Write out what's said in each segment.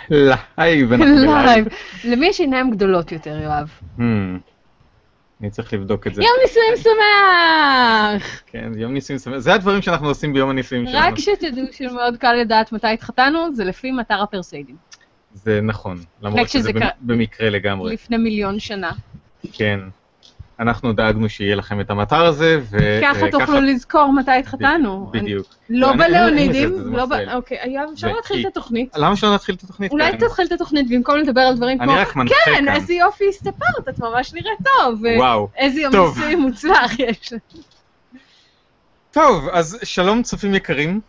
לייב. למי יש עיניים גדולות יותר, יואב? אני צריך לבדוק את זה. יום נישואים שמח! כן, יום נישואים שמח. זה הדברים שאנחנו עושים ביום הנישואים שלנו. רק שתדעו שמאוד קל לדעת מתי התחתנו, זה לפי מטר הפרסיידים. זה נכון, למרות שזה במקרה לגמרי. לפני 1,000,000 שנה. כן. אנחנו דאגנו שיהיה לכם את המטר הזה, ככה תוכלו לזכור מתי התחתנו. בדיוק. לא בלאונידים, אוקיי, אפשר להתחיל את התוכנית. למה שלא נתחיל את התוכנית? אולי תתחיל את התוכנית במקום לדבר על דברים כמו, כן, איזה יופי הסתפרת, את ממש נראית טוב, ואיזה יום נישואים מוצלח יש. טוב, אז שלום צופים יקרים.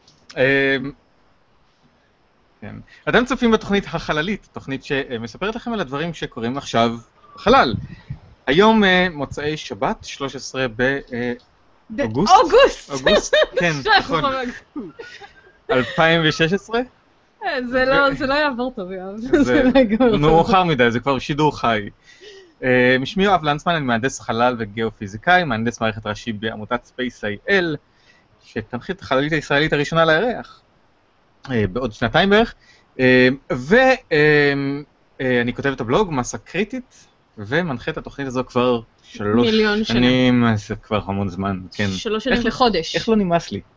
אתם צופים בתוכנית החללית, תוכנית שמספרת לכם על הדברים שקורים עכשיו בחלל. היום מוצאי שבת, 13 באוגוסט. אוגוסט, כן, נכון. 2016? זה לא יעבור טוב, יואב. זה מאוחר מדי, זה כבר שידור חי. שמי יואב לנצמן, אני מהנדס חלל וגיאופיזיקאי, מהנדס מערכת ראשי בעמותת Space.il, שתנחית את החללית הישראלית הראשונה לירח, בעוד 2 בערך. ואני כותב את הבלוג, מסה קריטית, ומנחה את התוכנית הזו כבר 3 שנים, זה כבר המון זמן, כן. 3 שנים בחודש. איך לא נמאס לי?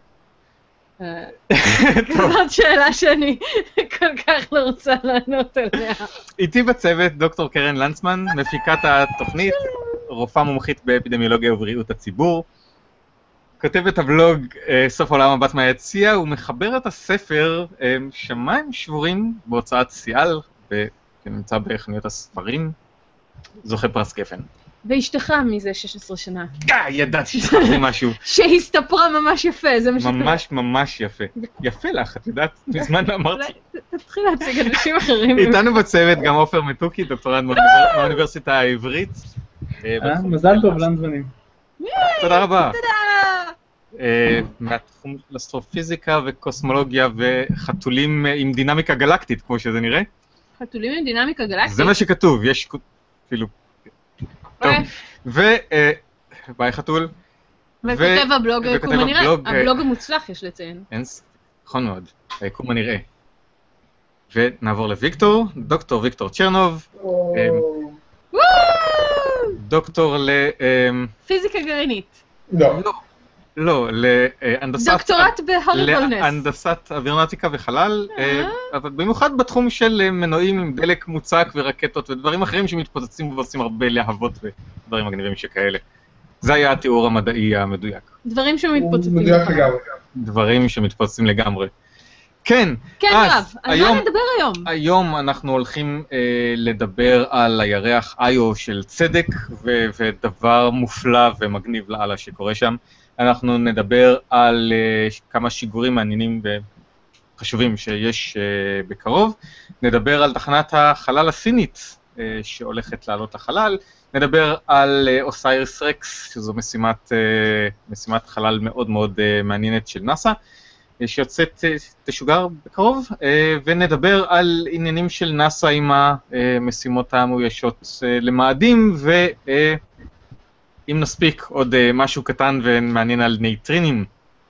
זאת שאלה שאני כל כך לא רוצה לענות עליה. איתי בצוות דוקטור קרן לנצמן, מפיקת התוכנית, רופאה מומחית באפידמיולוגיה ובריאות הציבור, כותבת הבלוג סוף העולם הבא מהיציע, ומחבר את הספר שמיים שבורים בהוצאת סיאל, ונמצא בחנויות הספרים. זוכה פרס גפן. ואשתך מזה 16 שנה. ידעתי שתחזי משהו. שהסתפרה ממש יפה, זה מה שקרה. ממש ממש יפה. יפה לך, את יודעת, מזמן אמרתי. תתחיל להציג אנשים אחרים. איתנו בצוות גם עופר מתוקי, דוקטורנט מהאוניברסיטה העברית. מזל טוב, לנצמנים. תודה רבה. תודה. מהתחום של אסטרופיזיקה וקוסמולוגיה וחתולים עם דינמיקה גלקטית, כמו שזה נראה. חתולים עם דינמיקה גלקטית? זה מה שכתוב, יש אפילו. טוב, ביי חתול. וכותב הבלוג היקום הנראה, הבלוג המוצלח יש לציין. נכון מאוד, היקום הנראה. ונעבור לוויקטור, דוקטור ויקטור צ'רנוב. דוקטור פיזיקה גרעינית. לא, דוקטורט בהורבולנס. להנדסת אווירונאוטיקה וחלל, אבל במיוחד בתחום של מנועים עם דלק מוצק ורקטות ודברים אחרים שמתפוצצים ועושים הרבה להבות ודברים מגניבים שכאלה. זה היה התיאור המדעי המדויק. דברים שמתפוצצים לגמרי. דברים שמתפוצצים לגמרי. כן, אז על מה נדבר היום? היום אנחנו הולכים לדבר על הירח איו של צדק ודבר מופלא ומגניב לאללה שקורה שם. אנחנו נדבר על כמה שיגורים מעניינים וחשובים שיש בקרוב. נדבר על תחנת החלל הסינית שהולכת לעלות לחלל. נדבר על אוסייריס רקס, שזו משימת חלל מאוד מאוד מעניינת של נאסא, שיוצאת תשוגר בקרוב. ונדבר על עניינים של נאסא עם המשימות המאוישות למאדים, אם נספיק עוד משהו קטן ומעניין על נייטרינים.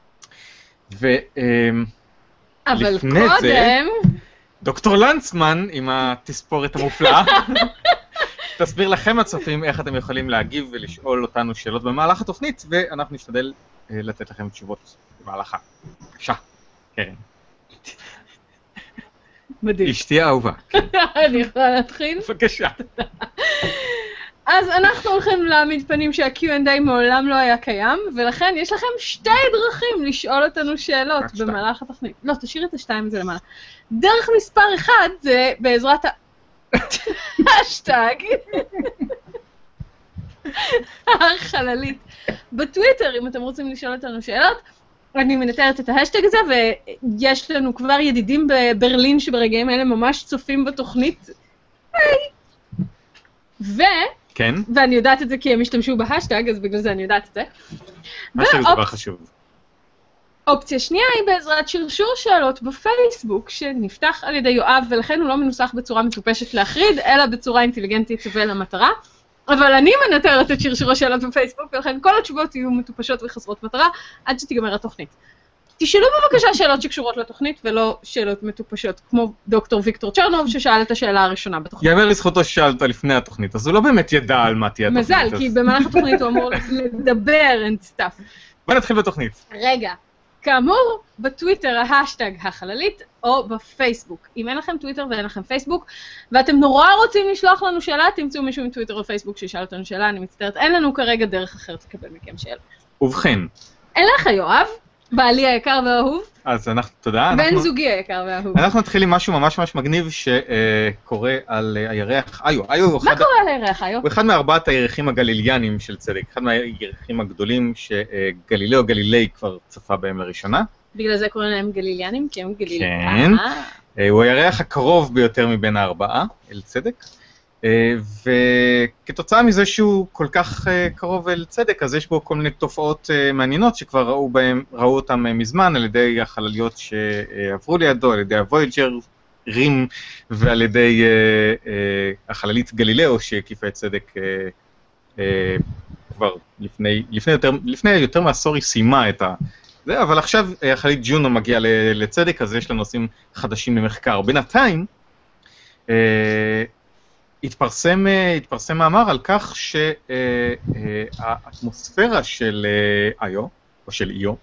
אבל קודם... דוקטור לנצמן עם התספורת המופלאה, תסביר לכם הצופים איך אתם יכולים להגיב ולשאול אותנו שאלות במהלך התוכנית, ואנחנו נשתדל לתת לכם תשובות במהלכה. בבקשה, קרן. מדהים. אשתי האהובה. אני יכולה להתחיל? בבקשה. אז אנחנו הולכים להעמיד פנים שה-Q&A מעולם לא היה קיים, ולכן יש לכם 2 דרכים לשאול אותנו שאלות במהלך התוכנית. לא, תשאיר את ה2 הזה למעלה. דרך מספר 1 זה בעזרת השטג החללית בטוויטר, אם אתם רוצים לשאול אותנו שאלות. אני מנטרת את ההשטג הזה, ויש לנו כבר ידידים בברלין שברגעים האלה ממש צופים בתוכנית. כן. ואני יודעת את זה כי הם השתמשו בהשטג, אז בגלל זה אני יודעת את זה. השטג זה דבר חשוב. אופציה שנייה היא בעזרת שרשור שאלות בפייסבוק, שנפתח על ידי יואב, ולכן הוא לא מנוסח בצורה מטופשת להחריד, אלא בצורה אינטליגנטית ולמטרה. אבל אני מנטרת את שרשור השאלות בפייסבוק, ולכן כל התשובות יהיו מטופשות וחסרות מטרה, עד שתיגמר התוכנית. תשאלו בבקשה שאלות שקשורות לתוכנית, ולא שאלות מטופשות, כמו דוקטור ויקטור צ'רנוב, ששאל את השאלה הראשונה בתוכנית. יאמר לזכותו ששאלת לפני התוכנית, אז הוא לא באמת ידע על מה תהיה התוכנית. מזל, כי במהלך התוכנית הוא אמור לדבר and stuff. בוא נתחיל בתוכנית. רגע, כאמור, בטוויטר ההשטג החללית, או בפייסבוק. אם אין לכם טוויטר ואין לכם פייסבוק, ואתם נורא רוצים לשלוח לנו שאלה, תמצאו מישהו מטוויטר או פייסבוק שישאל אותנו שאלה, אני מצטערת, אין לנו כרגע דרך אחרת לקבל מכם שאלה. ובכן. אין לך, יואב, בעלי היקר והאהוב. אז אנחנו, תודה. בן זוגי היקר והאהוב. אנחנו נתחיל עם משהו ממש ממש מגניב שקורה על הירח איו. מה קורה על הירח איו? הוא אחד מארבעת הירחים הגליליאנים של צדק, אחד מהירחים הגדולים שגלילאו גלילי כבר צפה בהם לראשונה. בגלל זה קוראים להם גליליאנים, כי הם גלילים. כן. הוא הירח הקרוב ביותר מבין הארבעה, אל צדק. וכתוצאה מזה שהוא כל כך קרוב אל צדק, אז יש בו כל מיני תופעות מעניינות שכבר ראו אותם מזמן על ידי החלליות שעברו לידו, על ידי הוויג'רים ועל ידי החללית גלילאו שהקיפה את צדק כבר לפני יותר מעשור היא סיימה את זה, אבל עכשיו החללית ג'ונו מגיעה לצדק, אז יש לה נושאים חדשים למחקר. בינתיים, התפרסם מאמר על כך שהאטמוספירה של איו, או של איו,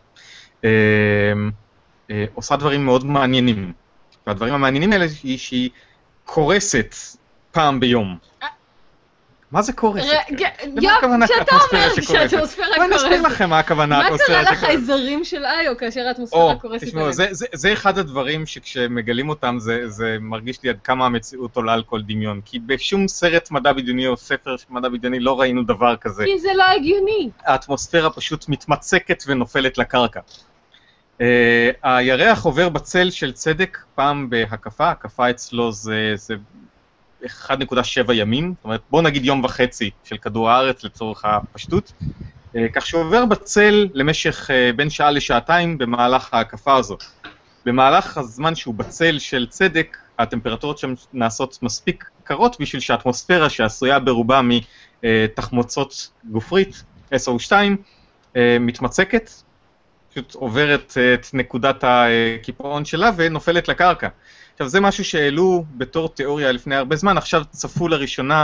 עושה דברים מאוד מעניינים. והדברים המעניינים האלה היא שהיא קורסת פעם ביום. מה זה קורסת? יופ, שאתה אומר שהאטמוספירה קורסת. בואי נסביר לכם מה הכוונה האטמוספירה שקורסת. מה קרה לחייזרים של איו כאשר האטמוספירה קורסת? תשמעו, זה אחד הדברים שכשמגלים אותם זה מרגיש לי עד כמה המציאות עולה על כל דמיון. כי בשום סרט מדע בדיוני או ספר מדע בדיוני לא ראינו דבר כזה. כי זה לא הגיוני. האטמוספירה פשוט מתמצקת ונופלת לקרקע. הירח עובר בצל של צדק פעם בהקפה, הקפה אצלו זה 1.7 ימים, זאת אומרת בוא נגיד יום וחצי של כדור הארץ לצורך הפשטות, כך שהוא עובר בצל למשך בין שעה לשעתיים במהלך ההקפה הזו. במהלך הזמן שהוא בצל של צדק, הטמפרטורות שם נעשות מספיק קרות בשביל שהאטמוספירה שעשויה ברובה מתחמוצות גופרית, SO2, מתמצקת, פשוט עוברת את נקודת הקיפאון שלה ונופלת לקרקע. עכשיו זה משהו שהעלו בתור תיאוריה לפני הרבה זמן, עכשיו צפו לראשונה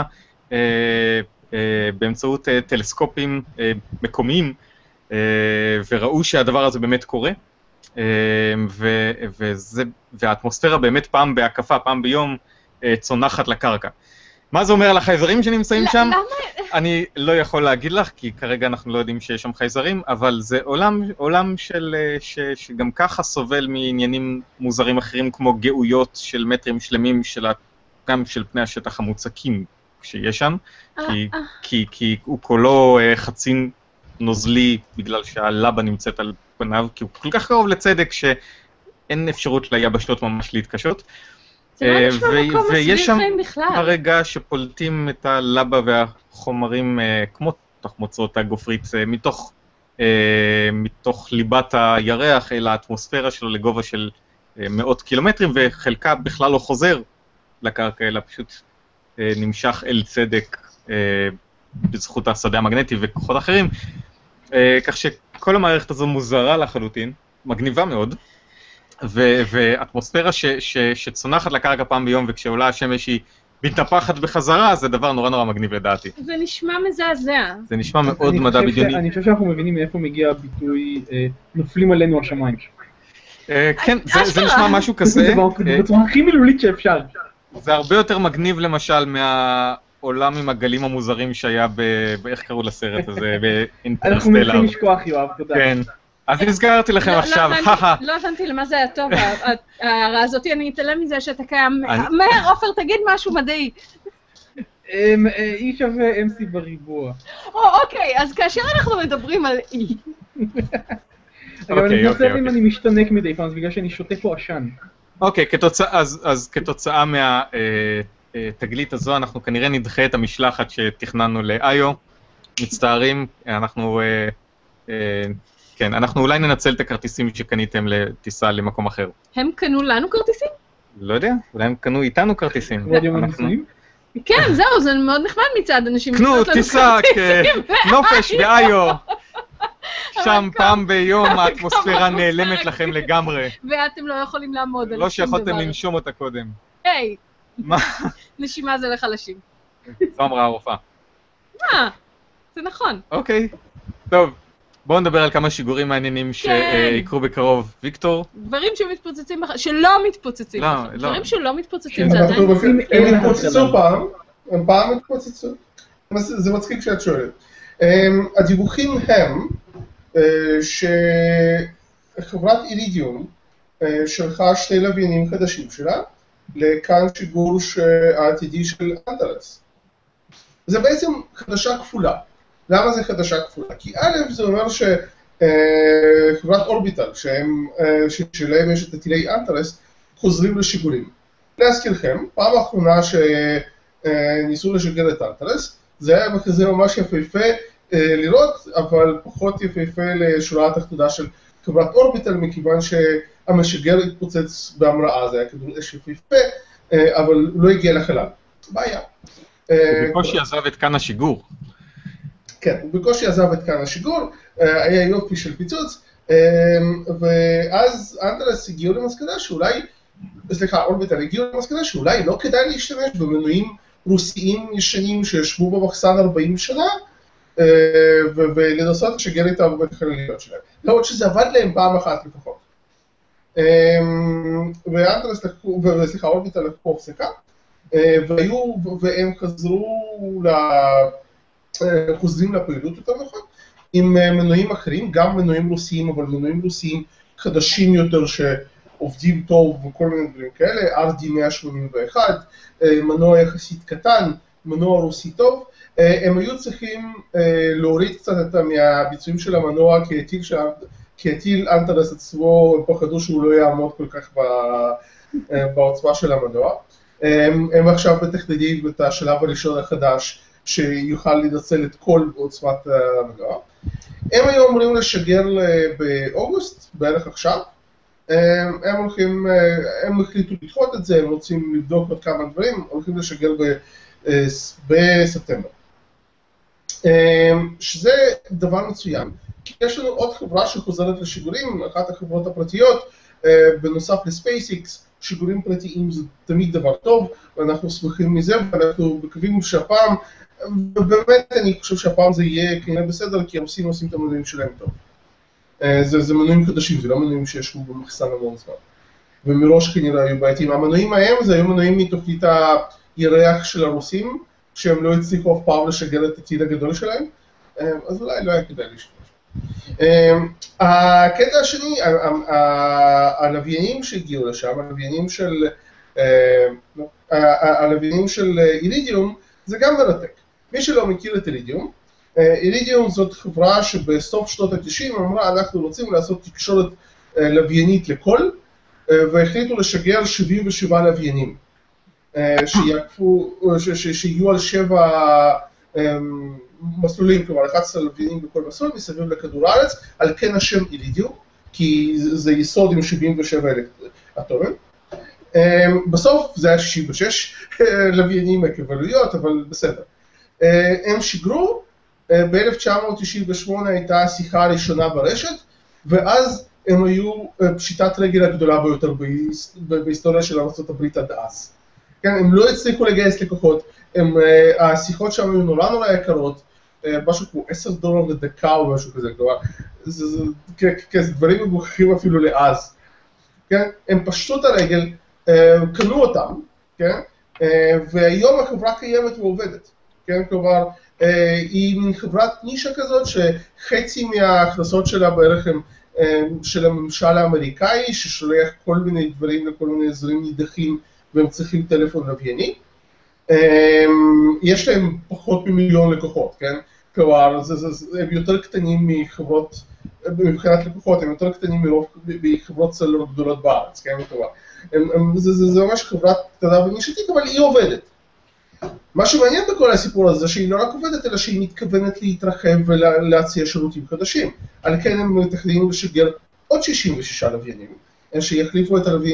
באמצעות טלסקופים מקומיים, וראו שהדבר הזה באמת קורה, והאטמוספירה באמת פעם בהקפה, פעם ביום, צונחת לקרקע. מה זה אומר על החייזרים שנמצאים שם? אני לא יכול להגיד לך, כי כרגע אנחנו לא יודעים שיש שם חייזרים, אבל זה עולם שגם ככה סובל מעניינים מוזרים אחרים, כמו גאויות של מטרים שלמים, גם של פני השטח המוצקים שיש שם, כי הוא כולו חצי נוזלי, בגלל שהלבה נמצאת על פניו, כי הוא כל כך קרוב לצדק שאין אפשרות ליבשות ממש להתקשות. ויש שם הרגע שפולטים את הלבה והחומרים כמו תחמוצות הגופרית מתוך ליבת הירח אל האטמוספירה שלו לגובה של מאות קילומטרים, וחלקה בכלל לא חוזר לקרקע אלא פשוט נמשך אל צדק בזכות השדה המגנטי וכוחות אחרים, כך שכל המערכת הזו מוזרה לחלוטין, מגניבה מאוד. ואטמוספירה שצונחת לקרקע פעם ביום, וכשעולה השמש היא מתנפחת בחזרה, זה דבר נורא נורא מגניב לדעתי. זה נשמע מזעזע. זה נשמע מאוד מדע בדיוני. אני חושב שאנחנו מבינים מאיפה מגיע הביטוי נופלים עלינו השמיים. כן, זה נשמע משהו כזה. בצורה הכי מילולית שאפשר. זה הרבה יותר מגניב למשל מהעולם עם הגלים המוזרים שהיה איך קראו לסרט הזה, באינטרסטלר. אנחנו מנסים לשכוח, יואב, תודה. כן. אז הזכרתי לכם עכשיו, לא הבנתי למה זה היה טוב, ההערה הזאת, אני אתעלם מזה שאתה קיים. מהר, עופר, תגיד משהו מדעי. E שווה MC בריבוע. אוקיי, אז כאשר אנחנו מדברים על E. אגב, אני מתנצל אם אני משתנק מדי פעם, זה בגלל שאני שותה פה עשן. אוקיי, אז כתוצאה מהתגלית הזו, אנחנו כנראה נדחה את המשלחת שתכננו לאיו. מצטערים, כן, אנחנו אולי ננצל את הכרטיסים שקניתם לטיסה למקום אחר. הם קנו לנו כרטיסים? לא יודע, אולי הם קנו איתנו כרטיסים. כן, זהו, זה מאוד נחמד מצד אנשים. קנו טיסה, נופש באיו. שם פעם ביום האטמוספירה נעלמת לכם לגמרי. ואתם לא יכולים לעמוד על לא שיכולתם לנשום אותה קודם. היי, מה? נשימה זה לחלשים. זו אמרה הרופאה. מה? זה נכון. אוקיי, טוב. בואו נדבר על כמה שיגורים מעניינים שיקרו בקרוב. ויקטור? דברים שמתפוצצים שלא מתפוצצים דברים שלא מתפוצצים זה עדיין. הם התפוצצו פעם, הם פעם התפוצצו. זה מצחיק שאת שואלת. הדיווחים הם שחברת אירידיום שלחה 2 לוויינים חדשים שלה לכאן שיגור העתידי של אנטרס. זה בעצם חדשה כפולה. למה זה חדשה כפולה? כי א' זה אומר שחברת אורביטל, שלהם יש את הטילי אנטרס, חוזרים לשיגורים. להזכירכם, פעם האחרונה שניסו לשגר את אנטרס, זה היה מחזה ממש יפהפה לראות, אבל פחות יפהפה לשורה התחתונה של חברת אורביטל, מכיוון שהמשגר התפוצץ בהמראה, זה היה כדור אש יפהפה, אבל הוא לא הגיע לחלל. בעיה. הוא בקושי עזב את כאן השיגור. כן, הוא בקושי עזב את כאן השיגור, היה יופי של פיצוץ, ואז אנטרס הגיעו למסקנה שאולי, אורביטל הגיעו למסקנה שאולי לא כדאי להשתמש במנועים רוסיים ישנים שישבו במחסן 40 שנה, ולנסות לשגר איתם את החלליות שלהם. למרות שזה עבד להם פעם אחת לפחות. אורביטל לקחו הפסקה, והם חוזרים לפעילות יותר נכון, עם מנועים אחרים, גם מנועים רוסיים, אבל מנועים רוסיים חדשים יותר שעובדים טוב וכל מיני דברים כאלה, RD181, מנוע יחסית קטן, מנוע רוסי טוב, הם היו צריכים להוריד קצת מהביצועים של המנוע, כי הטיל אנטרס עצמו, פחדו שהוא לא יעמוד כל כך בעוצמה של המנוע. הם עכשיו מתכננים את השלב הראשון החדש, שיוכל לנצל את כל עוצמת המנוע. הם היו אמורים לשגר באוגוסט, בערך עכשיו. הם החליטו לדחות את זה, הם רוצים לבדוק עוד כמה דברים, הולכים לשגר בספטמבר. שזה דבר מצוין, כי יש לנו עוד חברה שחוזרת לשיגורים, אחת החברות הפרטיות, בנוסף לספייסיקס, שיגורים פרטיים זה תמיד דבר טוב, ואנחנו שמחים מזה, ואנחנו מקווים שהפעם, ובאמת אני חושב שהפעם זה יהיה כנראה בסדר, כי הרוסים עושים את המנועים שלהם טוב. זה מנועים חדשים, זה לא מנועים שישבו במחסן המון זמן. ומראש כנראה היו בעייתיים. המנועים ההם זה היו מנועים מתוכנית הירח של הרוסים, שהם לא הצליחו אף פעם לשגר את הטיל הגדול שלהם, אז אולי לא היה כדאי להשתמש. הקטע השני, הלוויינים שהגיעו לשם, הלוויינים של אירידיום, זה גם מרתק. מי שלא מכיר את אירידיום, אירידיום זאת חברה שבסוף שנות ה-90 אמרה, אנחנו רוצים לעשות תקשורת לוויינית לכל, והחליטו לשגר 77 לוויינים, שיהיו על 7 מסלולים, כלומר 11 לוויינים בכל מסלול, מסביב לכדור הארץ, על כן השם אירידיום, כי זה יסוד עם 77 אטומים. בסוף זה היה 66 לוויינים עקבלויות, אבל בסדר. הם שיגרו, ב-1998 הייתה השיחה הראשונה ברשת, ואז הם היו פשיטת רגל הגדולה ביותר בהיסטוריה של ארצות הברית עד אז. כן, הם לא הצליחו לגייס לקוחות, השיחות שם היו נורא יקרות, משהו כמו $10 לדקה או משהו כזה, כלומר, זה דברים מגוחכים אפילו לאז. כן, הם פשטו את הרגל, קנו אותם, כן, והיום החברה קיימת ועובדת, כן, כלומר, היא מין חברת נישה כזאת שחצי מההכנסות שלה בערך הם של הממשל האמריקאי, ששולח כל מיני דברים לכל מיני אזורים נידחים והם צריכים טלפון לווייני. יש להם פחות מ1,000,000 לקוחות, כן? כלומר, הם יותר קטנים מחברות, מבחינת לקוחות, הם יותר קטנים מחברות סלולר גדולות בארץ, כן? כלומר, זה ממש חברת קטנה ונישתית, אבל היא עובדת. מה שמעניין בכל הסיפור הזה, שהיא לא רק עובדת, אלא שהיא מתכוונת להתרחב ולהציע שירותים חדשים. על כן הם מתכננים לשגר עוד 66 לוויינים, שיחליפו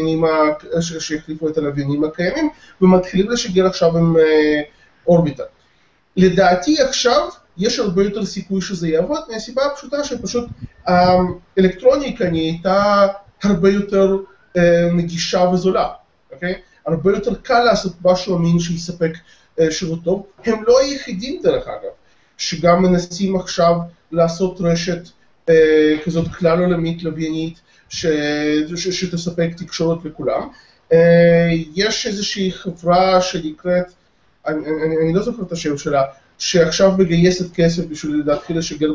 את הלוויינים הקיימים, ומתחילים לשגר עכשיו עם אורביטל. לדעתי עכשיו יש הרבה יותר סיכוי שזה יעבוד, מהסיבה הפשוטה שפשוט האלקטרוניקה נהייתה הרבה יותר נגישה וזולה, אוקיי? הרבה יותר קל לעשות משהו אמין שיספק שירות טוב. הם לא היחידים דרך אגב, שגם מנסים עכשיו לעשות רשת כזאת כלל עולמית לוויינית, שתספק תקשורת לכולם. יש איזושהי חברה שנקראת, אני לא זוכר את השם שלה, שעכשיו מגייסת כסף בשביל להתחיל לשגר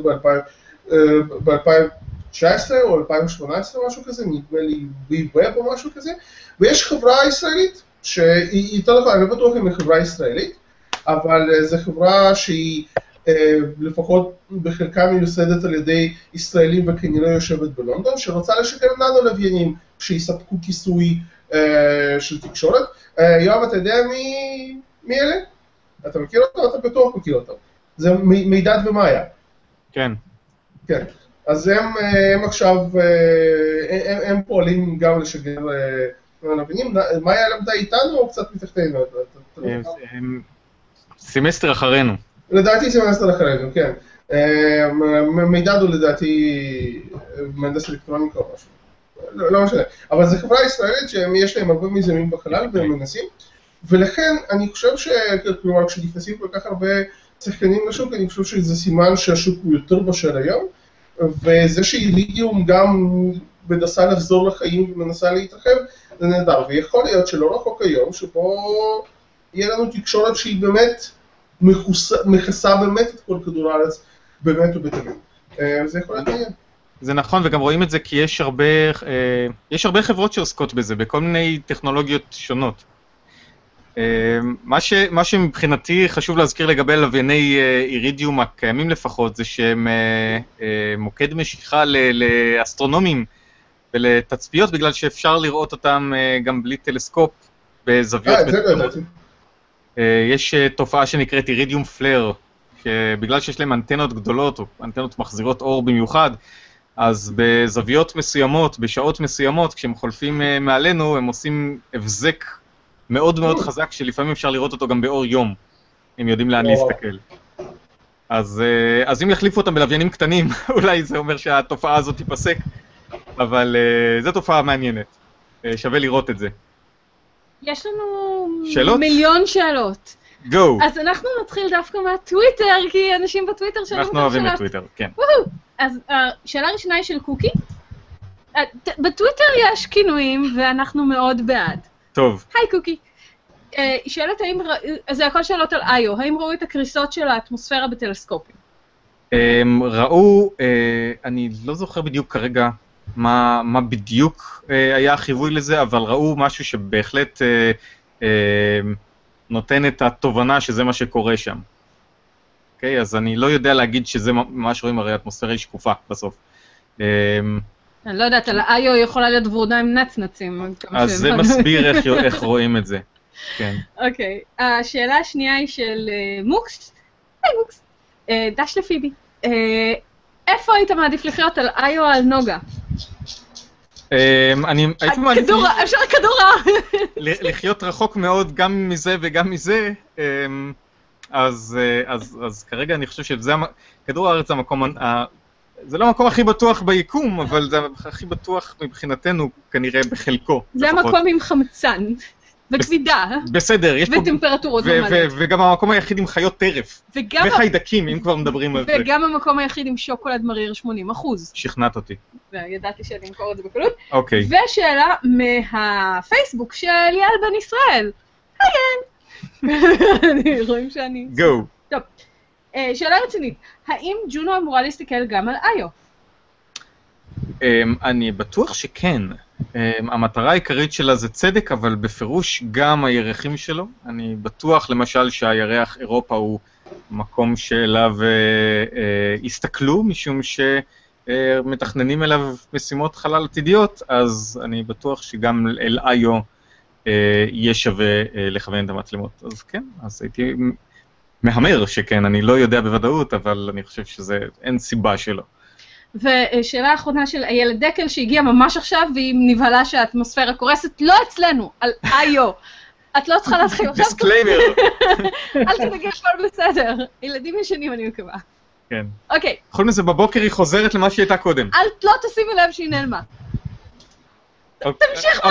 ב-2019 או 2018 משהו כזה, נדמה לי בי-ווב או משהו כזה, ויש חברה ישראלית, שהיא יותר נכון, אני לא בטוח אם היא חברה ישראלית, אבל זו חברה שהיא לפחות בחלקה מיוסדת על ידי ישראלים וכנראה יושבת בלונדון, שרוצה לשגר ננו לוויינים שיספקו כיסוי של תקשורת. יואב, אתה יודע מי אלה? אתה מכיר אותו? אתה בטוח מכיר אותו. זה מידד ומאיה. כן. כן. אז הם עכשיו, הם פועלים גם לשגר לוויינים. מאיה למדה איתנו או קצת מתחתנו? סמסטר אחרינו. לדעתי סמסטר אחרינו, כן. מידד הוא לדעתי מהנדס אלקטרוניקה או משהו. לא משנה. אבל זו חברה ישראלית שיש להם הרבה מיזמים בחלל והם מנסים. ולכן אני חושב שכלומר כשנכנסים כל כך הרבה שחקנים לשוק, אני חושב שזה סימן שהשוק הוא יותר בשל היום, וזה שאירידיום גם מנסה לחזור לחיים ומנסה להתרחב, זה נהדר, ויכול להיות שלא רחוק היום, שבו יהיה לנו תקשורת שהיא באמת מכסה באמת את כל כדור הארץ, באמת ובתמיד. זה יכול להיות מעניין. זה נכון, וגם רואים את זה כי יש הרבה חברות שעוסקות בזה, בכל מיני טכנולוגיות שונות. מה שמבחינתי חשוב להזכיר לגבי לווייני אירידיום הקיימים לפחות, זה שהם מוקד משיכה לאסטרונומים ולתצפיות, בגלל שאפשר לראות אותם גם בלי טלסקופ בזוויות. יש תופעה שנקראת אירידיום פלר, שבגלל שיש להם אנטנות גדולות או אנטנות מחזירות אור במיוחד, אז בזוויות מסוימות, בשעות מסוימות, כשהם חולפים מעלינו, הם עושים הבזק מאוד מאוד חזק, שלפעמים אפשר לראות אותו גם באור יום, אם יודעים לאן להסתכל. אז אם יחליפו אותם בלוויינים קטנים, אולי זה אומר שהתופעה הזאת תיפסק, אבל זו תופעה מעניינת, שווה לראות את זה. יש לנו שאלות? מיליון שאלות. גו. אז אנחנו נתחיל דווקא מהטוויטר, כי אנשים בטוויטר שלנו אנחנו אוהבים את טוויטר, כן. אז השאלה הראשונה היא של קוקי. בטוויטר יש כינויים ואנחנו מאוד בעד. טוב. היי קוקי. היא שואלת האם, זה הכל שאלות על איו, האם ראו את הקריסות של האטמוספירה בטלסקופים? ראו, אני לא זוכר בדיוק כרגע מה בדיוק היה החיווי לזה, אבל ראו משהו שבהחלט נותן את התובנה שזה מה שקורה שם. אוקיי, אז אני לא יודע להגיד שזה מה שרואים, הרי האטמוספירה היא שקופה בסוף. אני לא יודעת, על האיו יכולה להיות ורודה עם נצנצים. אז זה מסביר איך רואים את זה. כן. אוקיי, השאלה השנייה היא של מוקס. היי מוקס. דש לפיבי. איפה היית מעדיף לחיות, על איו או על נוגה? אני הייתי מעדיף... אפשר כדורה. לחיות רחוק מאוד גם מזה וגם מזה. אז כרגע אני חושב שזה כדור הארץ המקום, זה לא המקום הכי בטוח ביקום, אבל זה הכי בטוח מבחינתנו כנראה בחלקו. זה המקום עם חמצן, וכבידה. בסדר, יש פה... וטמפרטורות נורמליות. וגם המקום היחיד עם חיות טרף. וחיידקים, אם כבר מדברים על זה. וגם המקום היחיד עם שוקולד מריר 80%. שכנעת אותי. וידעתי שאני אמכור את זה בקלות. אוקיי. ושאלה מהפייסבוק של ליאל בן ישראל. היי, רואים שאני... גו. טוב, שאלה רצינית, האם ג'ונו אמורה להסתכל גם על איו? אני בטוח שכן. המטרה העיקרית שלה זה צדק, אבל בפירוש גם הירחים שלו. אני בטוח למשל שהירח אירופה הוא מקום שאליו הסתכלו, משום שמתכננים אליו משימות חלל עתידיות, אז אני בטוח שגם אל איו יהיה שווה לכוון את המצלמות. אז כן, אז הייתי מהמר שכן, אני לא יודע בוודאות, אבל אני חושב שזה אין סיבה שלא. ושאלה האחרונה של איילת דקל שהגיעה ממש עכשיו, והיא נבהלה שהאטמוספירה קורסת, לא אצלנו, על איו. את לא צריכה להתחיל עכשיו. דיסקליימר. אל תדאגי, הכל בסדר. ילדים ישנים אני מקווה. כן. אוקיי. בכל מזה בבוקר היא חוזרת למה שהיא הייתה קודם. לא תשימי לב שהיא נעלמה. תמשיך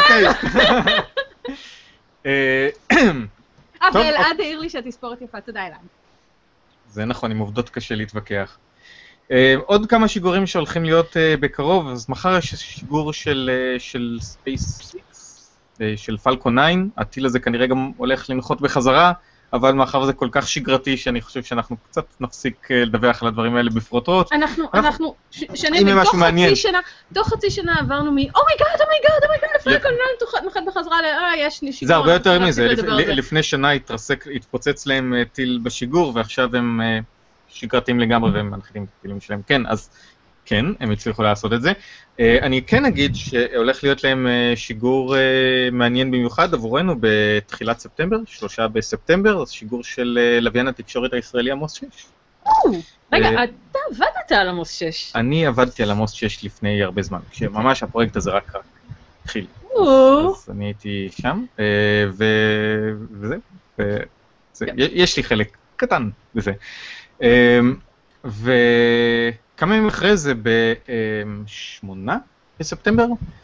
אבל אלעד העיר לי שהתספורת יפה, תודה אלעד. זה נכון, עם עובדות קשה להתווכח. עוד כמה שיגורים שהולכים להיות בקרוב, אז מחר יש שיגור של ספייס, של פלקון 9, הטיל הזה כנראה גם הולך לנחות בחזרה, אבל מאחר זה כל כך שגרתי שאני חושב שאנחנו קצת נפסיק לדווח על הדברים האלה בפרוטרוט. אנחנו שנים, תוך חצי שנה עברנו אומייגאד, פלקון 9 נוחת בחזרה יש שיגור. זה הרבה יותר מזה, לפני שנה התפוצץ להם טיל בשיגור, ועכשיו הם שגרתיים לגמרי והם מנחיתים את הטילים שלהם. כן, אז כן, הם הצליחו לעשות את זה. אני כן אגיד שהולך להיות להם שיגור מעניין במיוחד עבורנו בתחילת ספטמבר, 3 בספטמבר, אז שיגור של לוויין התקשורת הישראלי עמוס 6. רגע, אתה עבדת על עמוס 6. אני עבדתי על עמוס 6 לפני הרבה זמן, כשממש הפרויקט הזה רק התחיל. אז אני הייתי שם, וזה, יש לי חלק קטן בזה. וכמה ימים אחרי זה, ב-8 בספטמבר,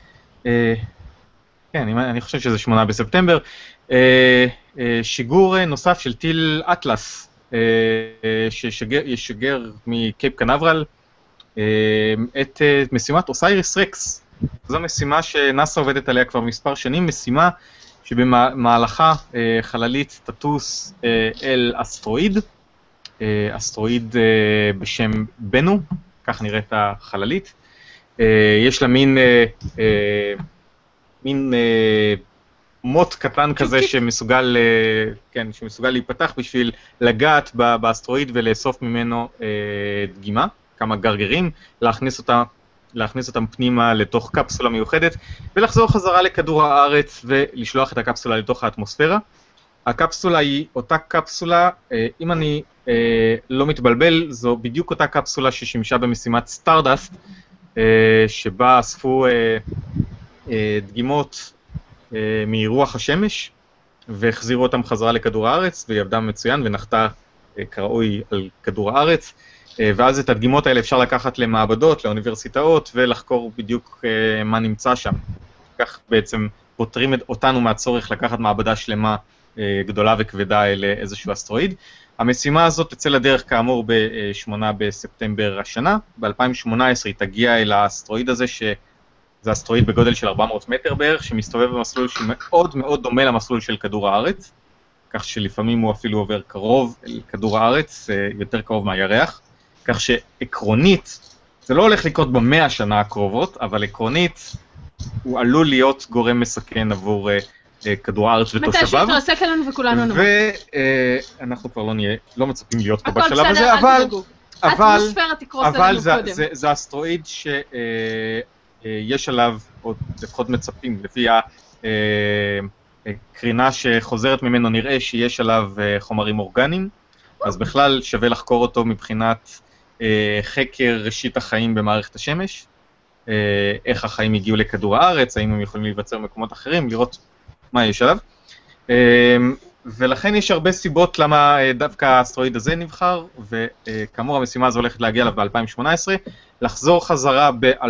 כן, אני חושב שזה 8 בספטמבר, שיגור נוסף של טיל אטלס, שישגר מקייפ קנברל, את משימת אוסייריס רקס. זו משימה שנאס"א עובדת עליה כבר מספר שנים, משימה שבמהלכה חללית תטוס אל אסטרואיד, אסטרואיד בשם בנו, כך נראית החללית. יש לה מין מוט קטן כזה שמסוגל להיפתח בשביל לגעת באסטרואיד ולאסוף ממנו דגימה, כמה גרגרים, להכניס אותם פנימה לתוך קפסולה מיוחדת, ולחזור חזרה לכדור הארץ ולשלוח את הקפסולה לתוך האטמוספירה. הקפסולה היא אותה קפסולה, אם אני לא מתבלבל, זו בדיוק אותה קפסולה ששימשה במשימת סטארדסט, שבה אספו דגימות מרוח השמש, והחזירו אותם חזרה לכדור הארץ, והיא עבדה מצוין ונחתה כראוי על כדור הארץ, ואז את הדגימות האלה אפשר לקחת למעבדות, לאוניברסיטאות, ולחקור בדיוק מה נמצא שם. כך בעצם פותרים אותנו מהצורך לקחת מעבדה שלמה גדולה וכבדה אל איזשהו אסטרואיד. המשימה הזאת תצא לדרך כאמור ב-8 בספטמבר השנה. ב-2018 היא תגיע אל האסטרואיד הזה, שזה אסטרואיד בגודל של 400 מטר בערך, שמסתובב במסלול שמאוד מאוד דומה למסלול של כדור הארץ, כך שלפעמים הוא אפילו עובר קרוב אל כדור הארץ, יותר קרוב מהירח, כך שעקרונית, זה לא הולך לקרות ב100 שנה הקרובות, אבל עקרונית הוא עלול להיות גורם מסכן עבור כדור הארץ ותושביו. מתי שיתרסק עלינו וכולנו נמות. ואנחנו כבר לא מצפים להיות פה בשלב הזה, אבל זה אסטרואיד שיש עליו, או לפחות מצפים, לפי הקרינה שחוזרת ממנו נראה שיש עליו חומרים אורגניים, אז בכלל שווה לחקור אותו מבחינת חקר ראשית החיים במערכת השמש, איך החיים הגיעו לכדור הארץ, האם הם יכולים להיווצר במקומות אחרים, לראות מה יש עליו. ולכן יש הרבה סיבות למה דווקא האסטרואיד הזה נבחר, וכאמור המשימה הזו הולכת להגיע אליו ב-2018, לחזור חזרה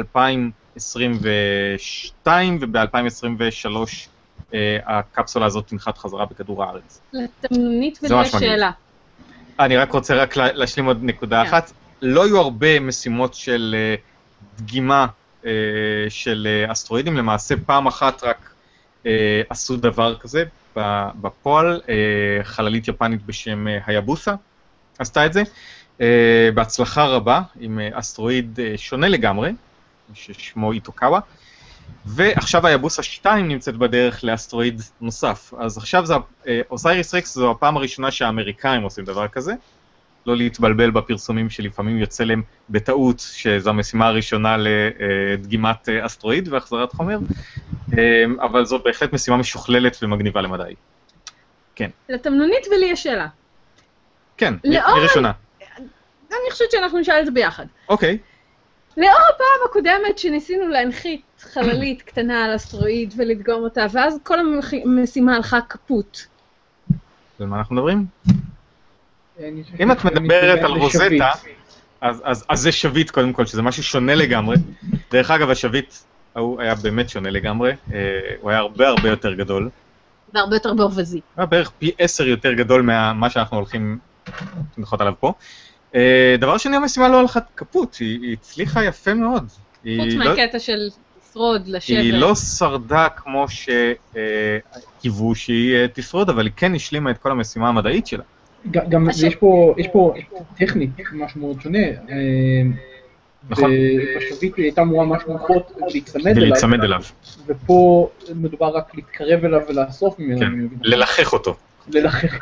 ב-2022 וב-2023 הקפסולה הזאת תנחת חזרה בכדור הארץ. לתמנונית ולי שאלה. אני רק רוצה להשלים עוד נקודה אחת. לא היו הרבה משימות של דגימה של אסטרואידים, למעשה פעם אחת רק עשו דבר כזה בפועל, חללית יפנית בשם היאבוסה עשתה את זה, בהצלחה רבה עם אסטרואיד שונה לגמרי, ששמו איטוקאווה, ועכשיו היאבוסה 2 נמצאת בדרך לאסטרואיד נוסף. אז עכשיו אוסייריס רקס זו הפעם הראשונה שהאמריקאים עושים דבר כזה, לא להתבלבל בפרסומים שלפעמים יוצא להם בטעות, שזו המשימה הראשונה לדגימת אסטרואיד והחזרת חומר, אבל זו בהחלט משימה משוכללת ומגניבה למדעי. כן. לתמנונית ולי יש שאלה. כן, היא ראשונה. אני חושבת שאנחנו נשאל את זה ביחד. אוקיי. לאור הפעם הקודמת שניסינו להנחית חללית קטנה על אסטרואיד ולדגום אותה, ואז כל המשימה הלכה קפוט. על מה אנחנו מדברים? אם את מדברת על רוזטה, אז זה שביט קודם כל, שזה משהו שונה לגמרי. דרך אגב, השביט הוא היה באמת שונה לגמרי, הוא היה הרבה יותר גדול. והרבה יותר ברווזי. היה בערך פי 10 יותר גדול מה שאנחנו הולכים לנחות עליו פה. דבר שני, המשימה לא הלכה כפות, היא הצליחה יפה מאוד. חוץ מהקטע של לשרוד, לשבר. היא לא שרדה כמו שקיוו שהיא תשרוד, אבל היא כן השלימה את כל המשימה המדעית שלה. גם יש פה טכנית, משהו מאוד שונה. נכון. בשביט היא הייתה אמורה ממש מונחות להיצמד אליו. ופה מדובר רק להתקרב אליו ולאסוף ממנו. כן, ללחך אותו. ללחך.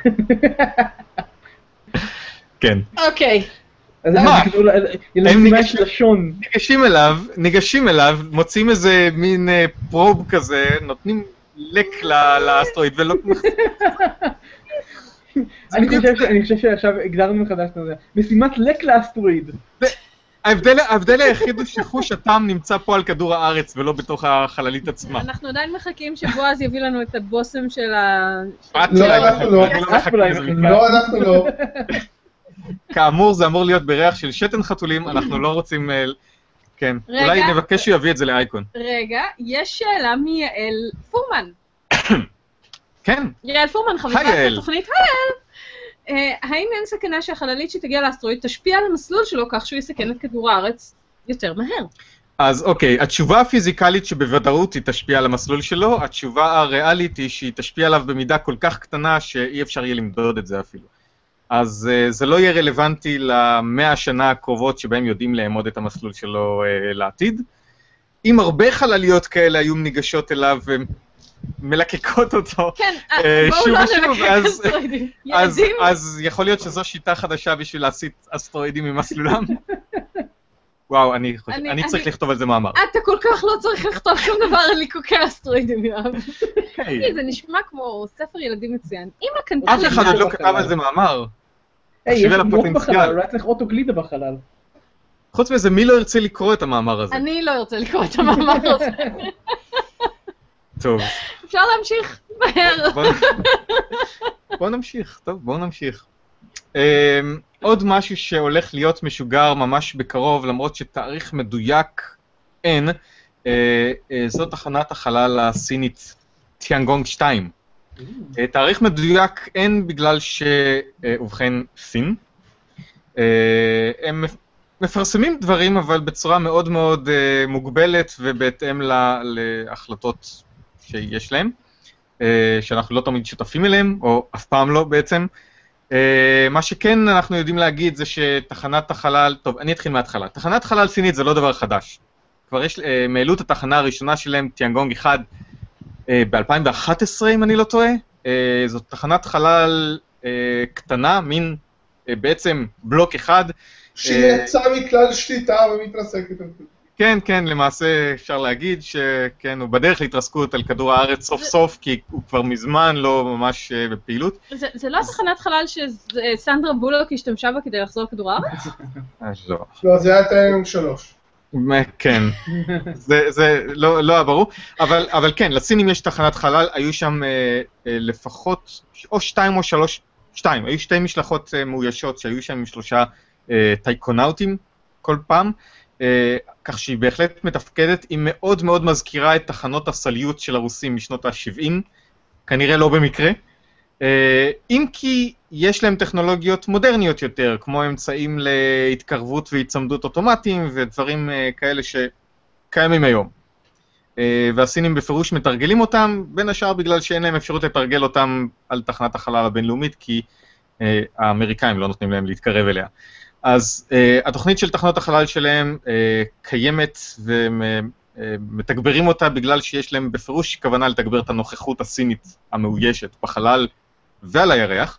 כן. אוקיי. הם ניגשים אליו, מוצאים איזה מין פרוב כזה, נותנים לק לאסטרואיד ולא... אני חושב שעכשיו הגדרנו מחדש את זה. משימת לק לאסטרואיד. ההבדל היחיד הוא שחוש הטעם נמצא פה על כדור הארץ ולא בתוך החללית עצמה. אנחנו עדיין מחכים שבועז יביא לנו את הבוסם של ה... לא, אנחנו לא. לא, אנחנו לא. כאמור, זה אמור להיות בריח של שתן חתולים, אנחנו לא רוצים... כן, אולי נבקש שהוא יביא את זה לאייקון. רגע, יש שאלה מיעל פורמן. כן. יעל פורמן, חביבת התוכנית. היי יעל! האם אין סכנה שהחללית שתגיע לאסטרואיד תשפיע על המסלול שלו כך שהוא יסכן את כדור הארץ יותר מהר? אז אוקיי, התשובה הפיזיקלית שבוודאות היא תשפיע על המסלול שלו, התשובה הריאלית היא שהיא תשפיע עליו במידה כל כך קטנה שאי אפשר יהיה למדוד את זה אפילו. אז זה לא יהיה רלוונטי ל100 השנה הקרובות שבהם יודעים לאמוד את המסלול שלו לעתיד. אם הרבה חלליות כאלה היו ניגשות אליו ומלקקות אותו שוב ושוב, אז יכול להיות שזו שיטה חדשה בשביל להסיט אסטרואידים ממסלולם. וואו, אני צריך לכתוב על זה מאמר. אתה כל כך לא צריך לכתוב שום דבר על ליקוקי אסטרואידים, יואב. זה נשמע כמו ספר ילדים מצוין. אף אחד עוד לא כתב על זה מאמר. יש מוח בחלל, אולי צריך אוטוגלידה בחלל. חוץ מזה, מי לא ירצה לקרוא את המאמר הזה? אני לא ארצה לקרוא את המאמר הזה. טוב. אפשר להמשיך מהר. בואו נמשיך. עוד משהו שהולך להיות משוגר ממש בקרוב, למרות שתאריך מדויק אין, זו תחנת החלל הסינית טיאנגונג 2. תאריך מדויק אין בגלל ובכן סין. הם מפרסמים דברים, אבל בצורה מאוד מאוד מוגבלת ובהתאם להחלטות שיש להם, שאנחנו לא תמיד שותפים אליהם, או אף פעם לא בעצם. מה שכן אנחנו יודעים להגיד זה שתחנת החלל, טוב, אני אתחיל מההתחלה. תחנת חלל סינית זה לא דבר חדש. כבר הם העלו את התחנה הראשונה שלהם, טיאנגונג 1, ב-2011 אם אני לא טועה. זאת תחנת חלל קטנה, מין בעצם בלוק אחד. שיצא מכלל שליטה ומתרסקת. כן, כן, למעשה אפשר להגיד שכן, הוא בדרך להתרסקות על כדור הארץ סוף סוף, כי הוא כבר מזמן לא ממש בפעילות. זה לא תחנת חלל שסנדרה בולוק השתמשה בה כדי לחזור לכדור הארץ? לא. לא, זה היה טיאנגונג 3. כן, זה לא היה ברור, אבל כן, לסינים יש תחנת חלל, היו שם לפחות, או 2 או 3, 2, היו 2 משלחות מאוישות שהיו שם עם 3 טייקונאוטים כל פעם, כך שהיא בהחלט מתפקדת, היא מאוד מאוד מזכירה את תחנות הסליות של הרוסים משנות ה-70, כנראה לא במקרה, אם כי יש להם טכנולוגיות מודרניות יותר, כמו אמצעים להתקרבות והצמדות אוטומטיים ודברים כאלה שקיימים היום. והסינים בפירוש מתרגלים אותם, בין השאר בגלל שאין להם אפשרות לתרגל אותם על תחנת החלל הבינלאומית, כי האמריקאים לא נותנים להם להתקרב אליה. אז התוכנית של תחנות החלל שלהם קיימת ומתגברים אותה בגלל שיש להם בפירוש כוונה לתגבר את הנוכחות הסינית המאוישת בחלל ועל הירח.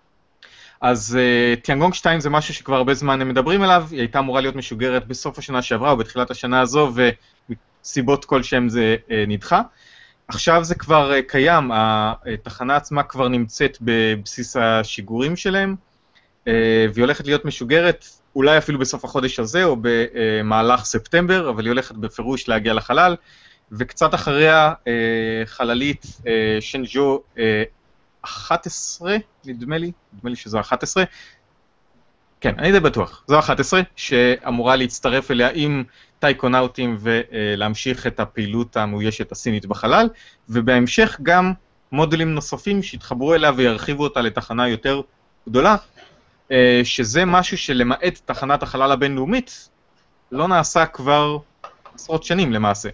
אז טיאנגונג 2 זה משהו שכבר הרבה זמן הם מדברים עליו, היא הייתה אמורה להיות משוגרת בסוף השנה שעברה או בתחילת השנה הזו, ומסיבות כלשהם זה נדחה. עכשיו זה כבר קיים, התחנה עצמה כבר נמצאת בבסיס השיגורים שלהם, והיא הולכת להיות משוגרת, אולי אפילו בסוף החודש הזה או במהלך ספטמבר, אבל היא הולכת בפירוש להגיע לחלל, וקצת אחריה חללית שנז'ו 11, נדמה לי שזו 11, כן, אני די בטוח. זו 11 שאמורה להצטרף אליה עם טייקונאוטים ולהמשיך את הפעילות המאוישת הסינית בחלל, ובהמשך גם מודולים נוספים שהתחברו אליה וירחיבו אותה לתחנה יותר גדולה, שזה משהו שלמעט תחנת החלל הבינלאומית לא נעשה כבר עשרות שנים למעשה.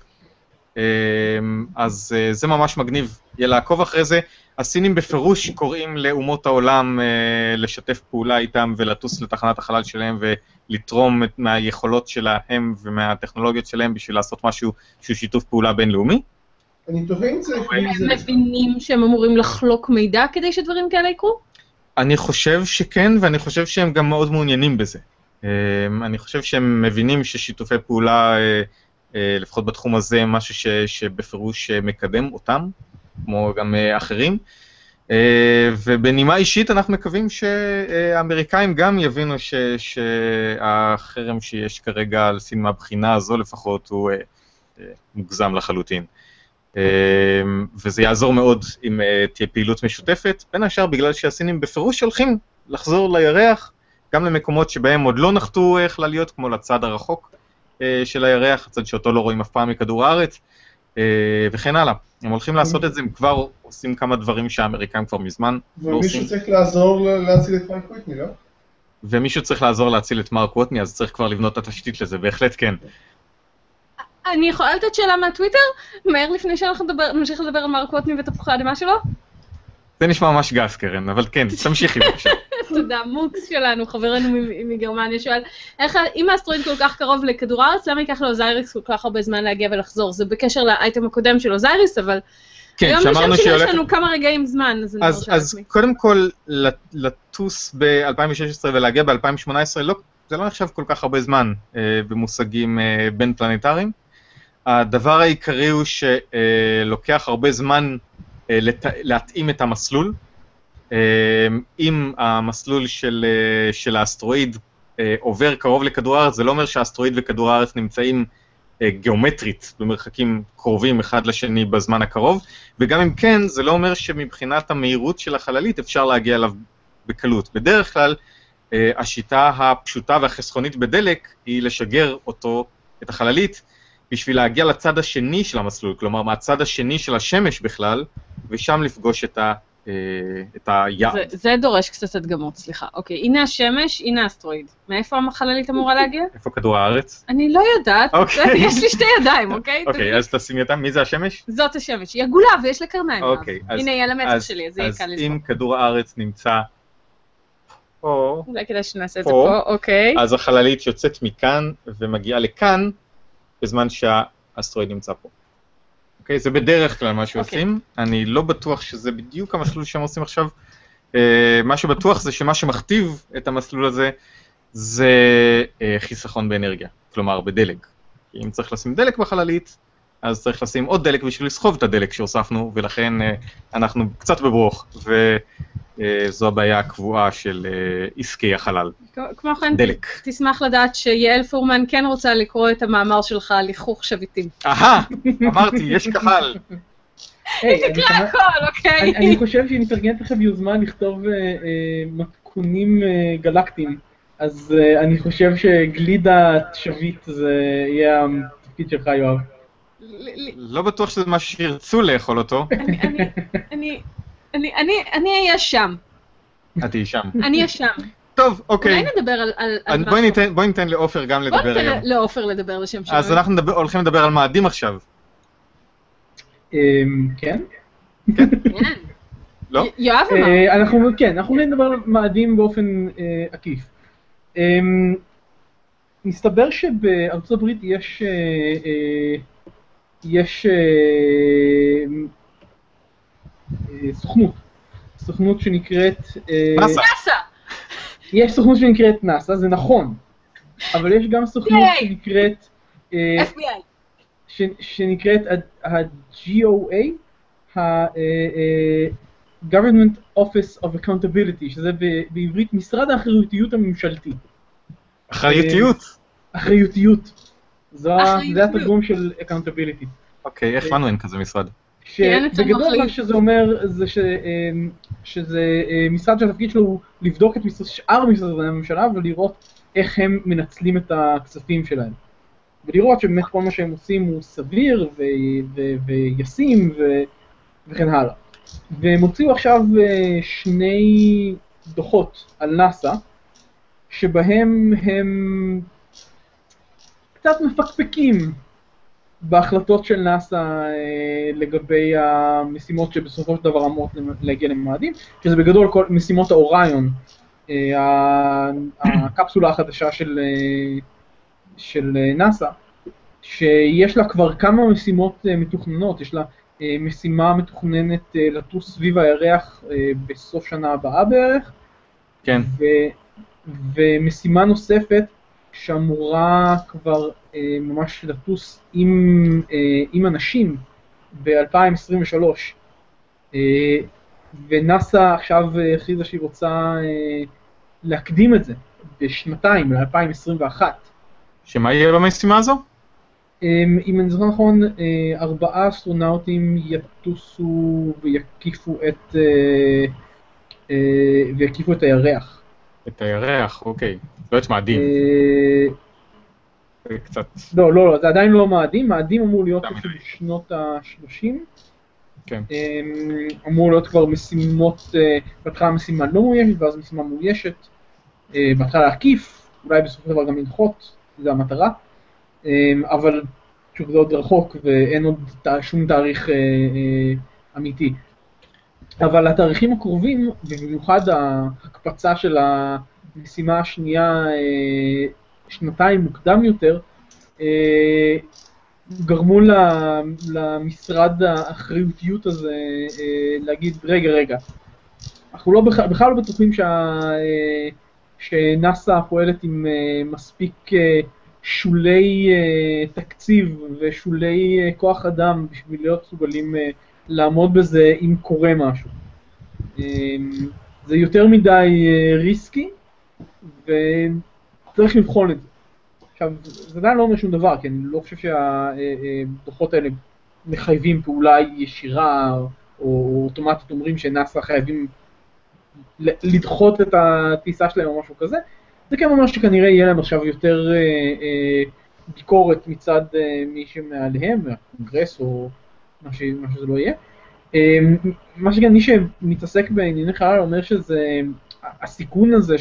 אז זה ממש מגניב, יהיה לעקוב אחרי זה. הסינים בפירוש קוראים לאומות העולם לשתף פעולה איתם ולטוס לתחנת החלל שלהם ולתרום מהיכולות שלהם ומהטכנולוגיות שלהם בשביל לעשות משהו שהוא שיתוף פעולה בינלאומי. אני תוהה אם זה... הם מבינים שהם אמורים לחלוק מידע כדי שדברים כאלה יקרו? אני חושב שכן, ואני חושב שהם גם מאוד מעוניינים בזה. אני חושב שהם מבינים ששיתופי פעולה, לפחות בתחום הזה, משהו שבפירוש מקדם אותם, כמו גם אחרים. ובנימה אישית אנחנו מקווים שהאמריקאים גם יבינו שהחרם שיש כרגע על סין מהבחינה הזו לפחות הוא מוגזם לחלוטין. וזה יעזור מאוד אם תהיה פעילות משותפת, בין השאר בגלל שהסינים בפירוש הולכים לחזור לירח, גם למקומות שבהם עוד לא נחתו חלליות, כמו לצד הרחוק של הירח, הצד שאותו לא רואים אף פעם מכדור הארץ, וכן הלאה. הם הולכים לעשות את זה, הם כבר עושים כמה דברים שהאמריקאים כבר מזמן לא עושים. ומישהו צריך לעזור להציל את מרק ווטני, לא? ומישהו צריך לעזור להציל את מרק ווטני, אז צריך כבר לבנות את התשתית לזה, בהחלט כן. אני יכולה לתת שאלה מהטוויטר? מהר לפני שאנחנו נמשיך לדבר על מרק ווטני ותפוחי האדמה שלו? זה נשמע ממש גס, קרן, אבל כן, תמשיכי בבקשה. תודה, מוקס שלנו, חברנו מגרמניה, שואל, אם האסטרואיד כל כך קרוב לכדור הארץ, למה ייקח לאוזייריס כל כך הרבה זמן להגיע ולחזור? זה בקשר לאייטם הקודם של אוזייריס, אבל כן, היום משם שיש לנו כמה רגעים זמן, אז אני מרשה לעצמי. אז קודם כל, לטוס ב-2016 ולהגיע ב-2018, זה לא נחשב כל כך הרבה זמן במושגים בין פלנטריים. הדבר העיקרי הוא שלוקח הרבה זמן להתאים את המסלול. אם המסלול של האסטרואיד עובר קרוב לכדור הארץ, זה לא אומר שהאסטרואיד וכדור הארץ נמצאים גיאומטרית, במרחקים קרובים אחד לשני בזמן הקרוב, וגם אם כן, זה לא אומר שמבחינת המהירות של החללית אפשר להגיע אליו בקלות. בדרך כלל, השיטה הפשוטה והחסכונית בדלק היא לשגר אותו, את החללית, בשביל להגיע לצד השני של המסלול, כלומר מהצד השני של השמש בכלל, ושם לפגוש את היעד. זה דורש קצת הדגמות, סליחה. אוקיי, הנה השמש, הנה האסטרואיד. מאיפה החללית אמורה להגיע? איפה כדור הארץ? אני לא יודעת, יש לי שתי ידיים, אוקיי? אוקיי, אז תשימי אותם, מי זה השמש? זאת השמש, היא עגולה ויש לה קרניים. אוקיי, הנה היא על המצח שלי, אז זה יהיה קל לזכור. אז אם כדור הארץ נמצא פה, אולי כדאי שנעשה את זה פה, אוקיי. אז החללית יוצאת מכאן ומגיעה לכאן, בזמן שהאסטרואיד נמצא פה. אוקיי, זה בדרך כלל מה שעושים. אני לא בטוח שזה בדיוק המסלול שהם עושים עכשיו. מה שבטוח זה שמה שמכתיב את המסלול הזה, זה חיסכון באנרגיה, כלומר בדלק. אם צריך לשים דלק בחללית, אז צריך לשים עוד דלק בשביל לסחוב את הדלק שהוספנו, ולכן אנחנו קצת בברוך, וזו הבעיה הקבועה של עסקי החלל. כמו כן, דלק. תשמח לדעת שיעל פורמן כן רוצה לקרוא את המאמר שלך על היכוך שביטים. אמרתי, יש קהל. היא תקרא הכל, אוקיי? אני חושב שהיא מתארגנת לכם ביוזמה לכתוב מתכונים גלקטיים, אז אני חושב שגלידה שביט זה יהיה התפקיד שלך, יואב. לא בטוח שזה משהו שירצו לאכול אותו. אני אהיה שם. את תהיי שם. אני אהיה שם. טוב, אוקיי. אולי נדבר על משהו. בואי ניתן לאופר גם לדבר היום. בואי ניתן לאופר לדבר לשם שלנו. אז אנחנו הולכים לדבר על מאדים עכשיו. כן? כן. לא? יואב אמר. כן, אנחנו נדבר על מאדים באופן עקיף. מסתבר שבארצות הברית יש סוכנות שנקראת... נאסא. יש סוכנות שנקראת נאסא, זה נכון, אבל יש גם סוכנות שנקראת... FBI. שנקראת ה-GOA, ה-Government Office of Accountability, שזה בעברית משרד האחריותיות הממשלתי. אחריותיות? אחריותיות. זה התרגום של accountability. אוקיי, איך לנו אין כזה משרד? שבגדול מה שזה אומר זה שזה משרד שהתפקיד שלו הוא לבדוק את שאר משרדי הממשלה ולראות איך הם מנצלים את הכספים שלהם. ולראות שבאמת כל מה שהם עושים הוא סביר וישים וכן הלאה. והם הוציאו עכשיו 2 דוחות על נאסא, שבהם הם קצת מפקפקים בהחלטות של נאסא לגבי המשימות שבסופו של דבר אמורות להגיע למאדים, שזה בגדול כל משימות האוריון, הקפסולה החדשה של נאסא, שיש לה כבר כמה משימות מתוכננות. יש לה משימה מתוכננת לטוס סביב הירח בסוף שנה הבאה בערך, כן. ומשימה נוספת שאמורה כבר ממש לטוס עם אנשים ב-2023, ונאסא עכשיו הכריזה שהיא רוצה להקדים את זה בשנתיים, ל-2021. שמה יהיה במשימה הזו? אם אני זוכר נכון, 4 אסטרונאוטים יטוסו ויקיפו את הירח. את הירח, אוקיי. לא את מאדים. זה קצת... לא, זה עדיין לא מאדים. מאדים אמור להיות בשנות ה-30. כן. אמור להיות כבר משימות, בהתחלה משימה לא מאוישת, ואז משימה מאוישת. בהתחלה להקיף, אולי בסופו של דבר גם לנחות, זה המטרה. אבל שוב זה עוד רחוק ואין עוד שום תאריך אמיתי. אבל התאריכים הקרובים, ובמיוחד ההקפצה של המשימה השנייה 2 מוקדם יותר, גרמו למשרד האחריותיות הזה להגיד רגע, אנחנו בכלל לא בטוחים שנאסא פועלת עם מספיק שולי תקציב ושולי כוח אדם בשביל להיות מסוגלים לעמוד בזה אם קורה משהו. זה יותר מדי ריסקי וצריך לבחון את זה. עכשיו, זה עדיין לא אומר שום דבר, כי אני לא חושב שהדוחות האלה מחייבים פעולה ישירה או אוטומטית אומרים שנאסא חייבים לדחות את הטיסה שלהם או משהו כזה. זה כן אומר שכנראה יהיה להם עכשיו יותר ביקורת מצד מי שמעליהם, מהקונגרס או מה שזה לא יהיה. מה שכן, מי שמתעסק בענייני חלל אומר שזה, הסיכון הזה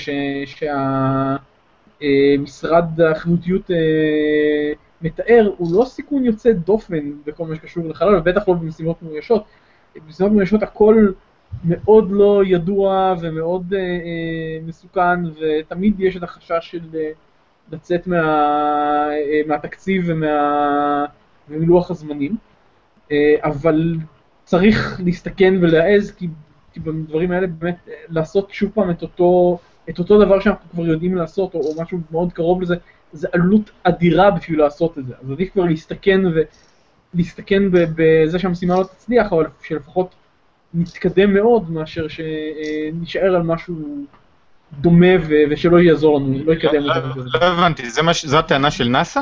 שהמשרד האחריותיות מתאר, הוא לא סיכון יוצא דופן בכל מה שקשור לחלל, ובטח לא במשימות מאוישות. במשימות מאוישות הכל מאוד לא ידוע ומאוד מסוכן, ותמיד יש את החשש של לצאת מהתקציב ומלוח הזמנים. אבל צריך להסתכן ולהעז, כי בדברים האלה באמת לעשות שוב פעם את אותו דבר שאנחנו כבר יודעים לעשות, או משהו מאוד קרוב לזה, זה עלות אדירה בשביל לעשות את זה. אז עדיף כבר להסתכן בזה שהמשימה לא תצליח, אבל שלפחות נתקדם מאוד מאשר שנשאר על משהו דומה ושלא יעזור לנו, לא יקדם אותנו. לא הבנתי, זו הטענה של נאסא?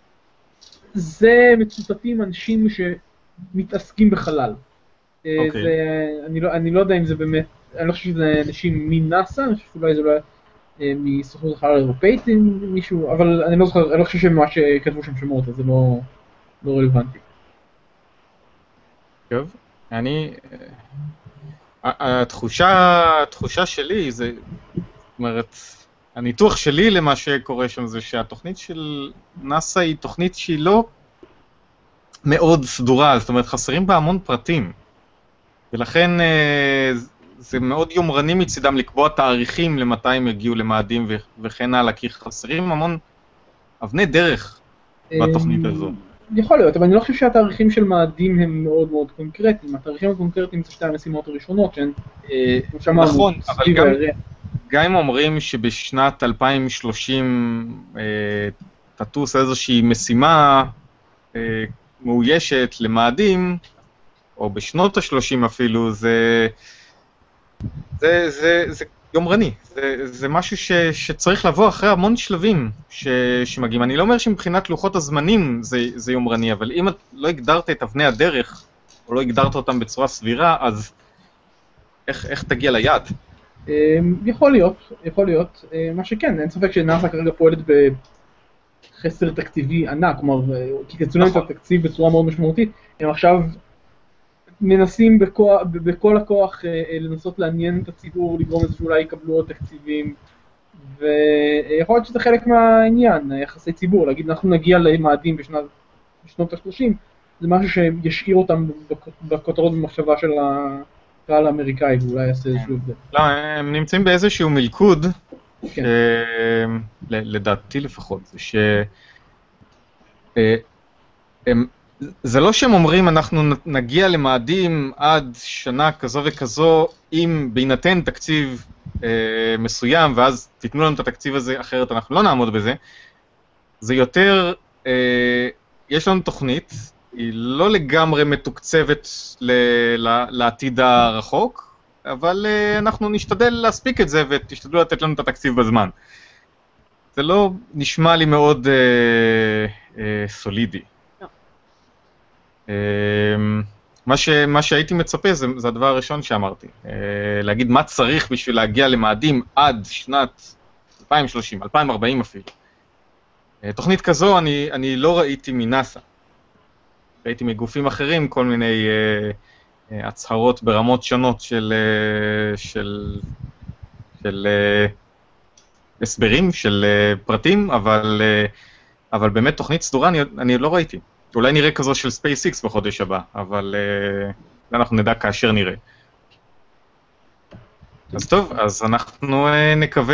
זה מצוטטים אנשים שמתעסקים בחלל. אני לא יודע אם זה באמת, אני לא חושב שזה אנשים מנאסא, אני חושב שאולי זה לא מסוכנות החלל האירופאית עם מישהו, אבל אני לא זוכר, אני לא חושב שממש כתבו שם שמות, אז זה לא רלוונטי. טוב, התחושה שלי זה, זאת אומרת, הניתוח שלי למה שקורה שם זה שהתוכנית של נאסא היא תוכנית שהיא לא מאוד סדורה, זאת אומרת חסרים בה המון פרטים, ולכן זה מאוד יומרני מצידם לקבוע תאריכים למתי הם יגיעו למאדים וכן הלאה, כי חסרים המון אבני דרך בתוכנית הזו. יכול להיות, אבל אני לא חושב שהתאריכים של מאדים הם מאוד מאוד קונקרטיים. התאריכים הקונקרטיים זה 2 המשימות הראשונות שהן, נכון, אבל גם אם אומרים שבשנת 2030 תטוס איזושהי משימה מאוישת למאדים, או בשנות ה-30 אפילו, זה יומרני. זה משהו שצריך לבוא אחרי המון שלבים שמגיעים. אני לא אומר שמבחינת לוחות הזמנים זה יומרני, אבל אם את לא הגדרת את אבני הדרך או לא הגדרת אותם בצורה סבירה, אז איך תגיע ליעד? יכול להיות. מה שכן, אין ספק שנאס"א כרגע פועלת בחסר תקציבי ענק, כלומר, קיצצו להם את התקציב בצורה מאוד משמעותית, הם עכשיו מנסים בכל הכוח לנסות לעניין את הציבור, לגרום לזה שאולי יקבלו עוד תקציבים, ויכול להיות שזה חלק מהעניין, יחסי ציבור, להגיד אנחנו נגיע למאדים בשנות ה-30, זה משהו שישאיר אותם בכותרות במחשבה של הקהל האמריקאי, ואולי יעשה איזשהו הבדל. לא, הם נמצאים באיזשהו מלכוד, לדעתי לפחות, זה לא שהם אומרים אנחנו נגיע למאדים עד שנה כזו וכזו, אם בהינתן תקציב מסוים, ואז תיתנו לנו את התקציב הזה, אחרת אנחנו לא נעמוד בזה. זה יותר, יש לנו תוכנית, היא לא לגמרי מתוקצבת לעתיד הרחוק, אבל אנחנו נשתדל להספיק את זה, ותשתדלו לתת לנו את התקציב בזמן. זה לא נשמע לי מאוד סולידי. מה שהייתי מצפה זה הדבר הראשון שאמרתי, להגיד מה צריך בשביל להגיע למאדים עד שנת 2030, 2040 אפילו. תוכנית כזו אני לא ראיתי מנאס"א, ראיתי מגופים אחרים כל מיני הצהרות ברמות שונות של הסברים, של פרטים, אבל באמת תוכנית סדורה אני לא ראיתי. אולי נראה כזו של SpaceX בחודש הבא, אבל אנחנו נדע כאשר נראה. אז טוב, אז אנחנו נקווה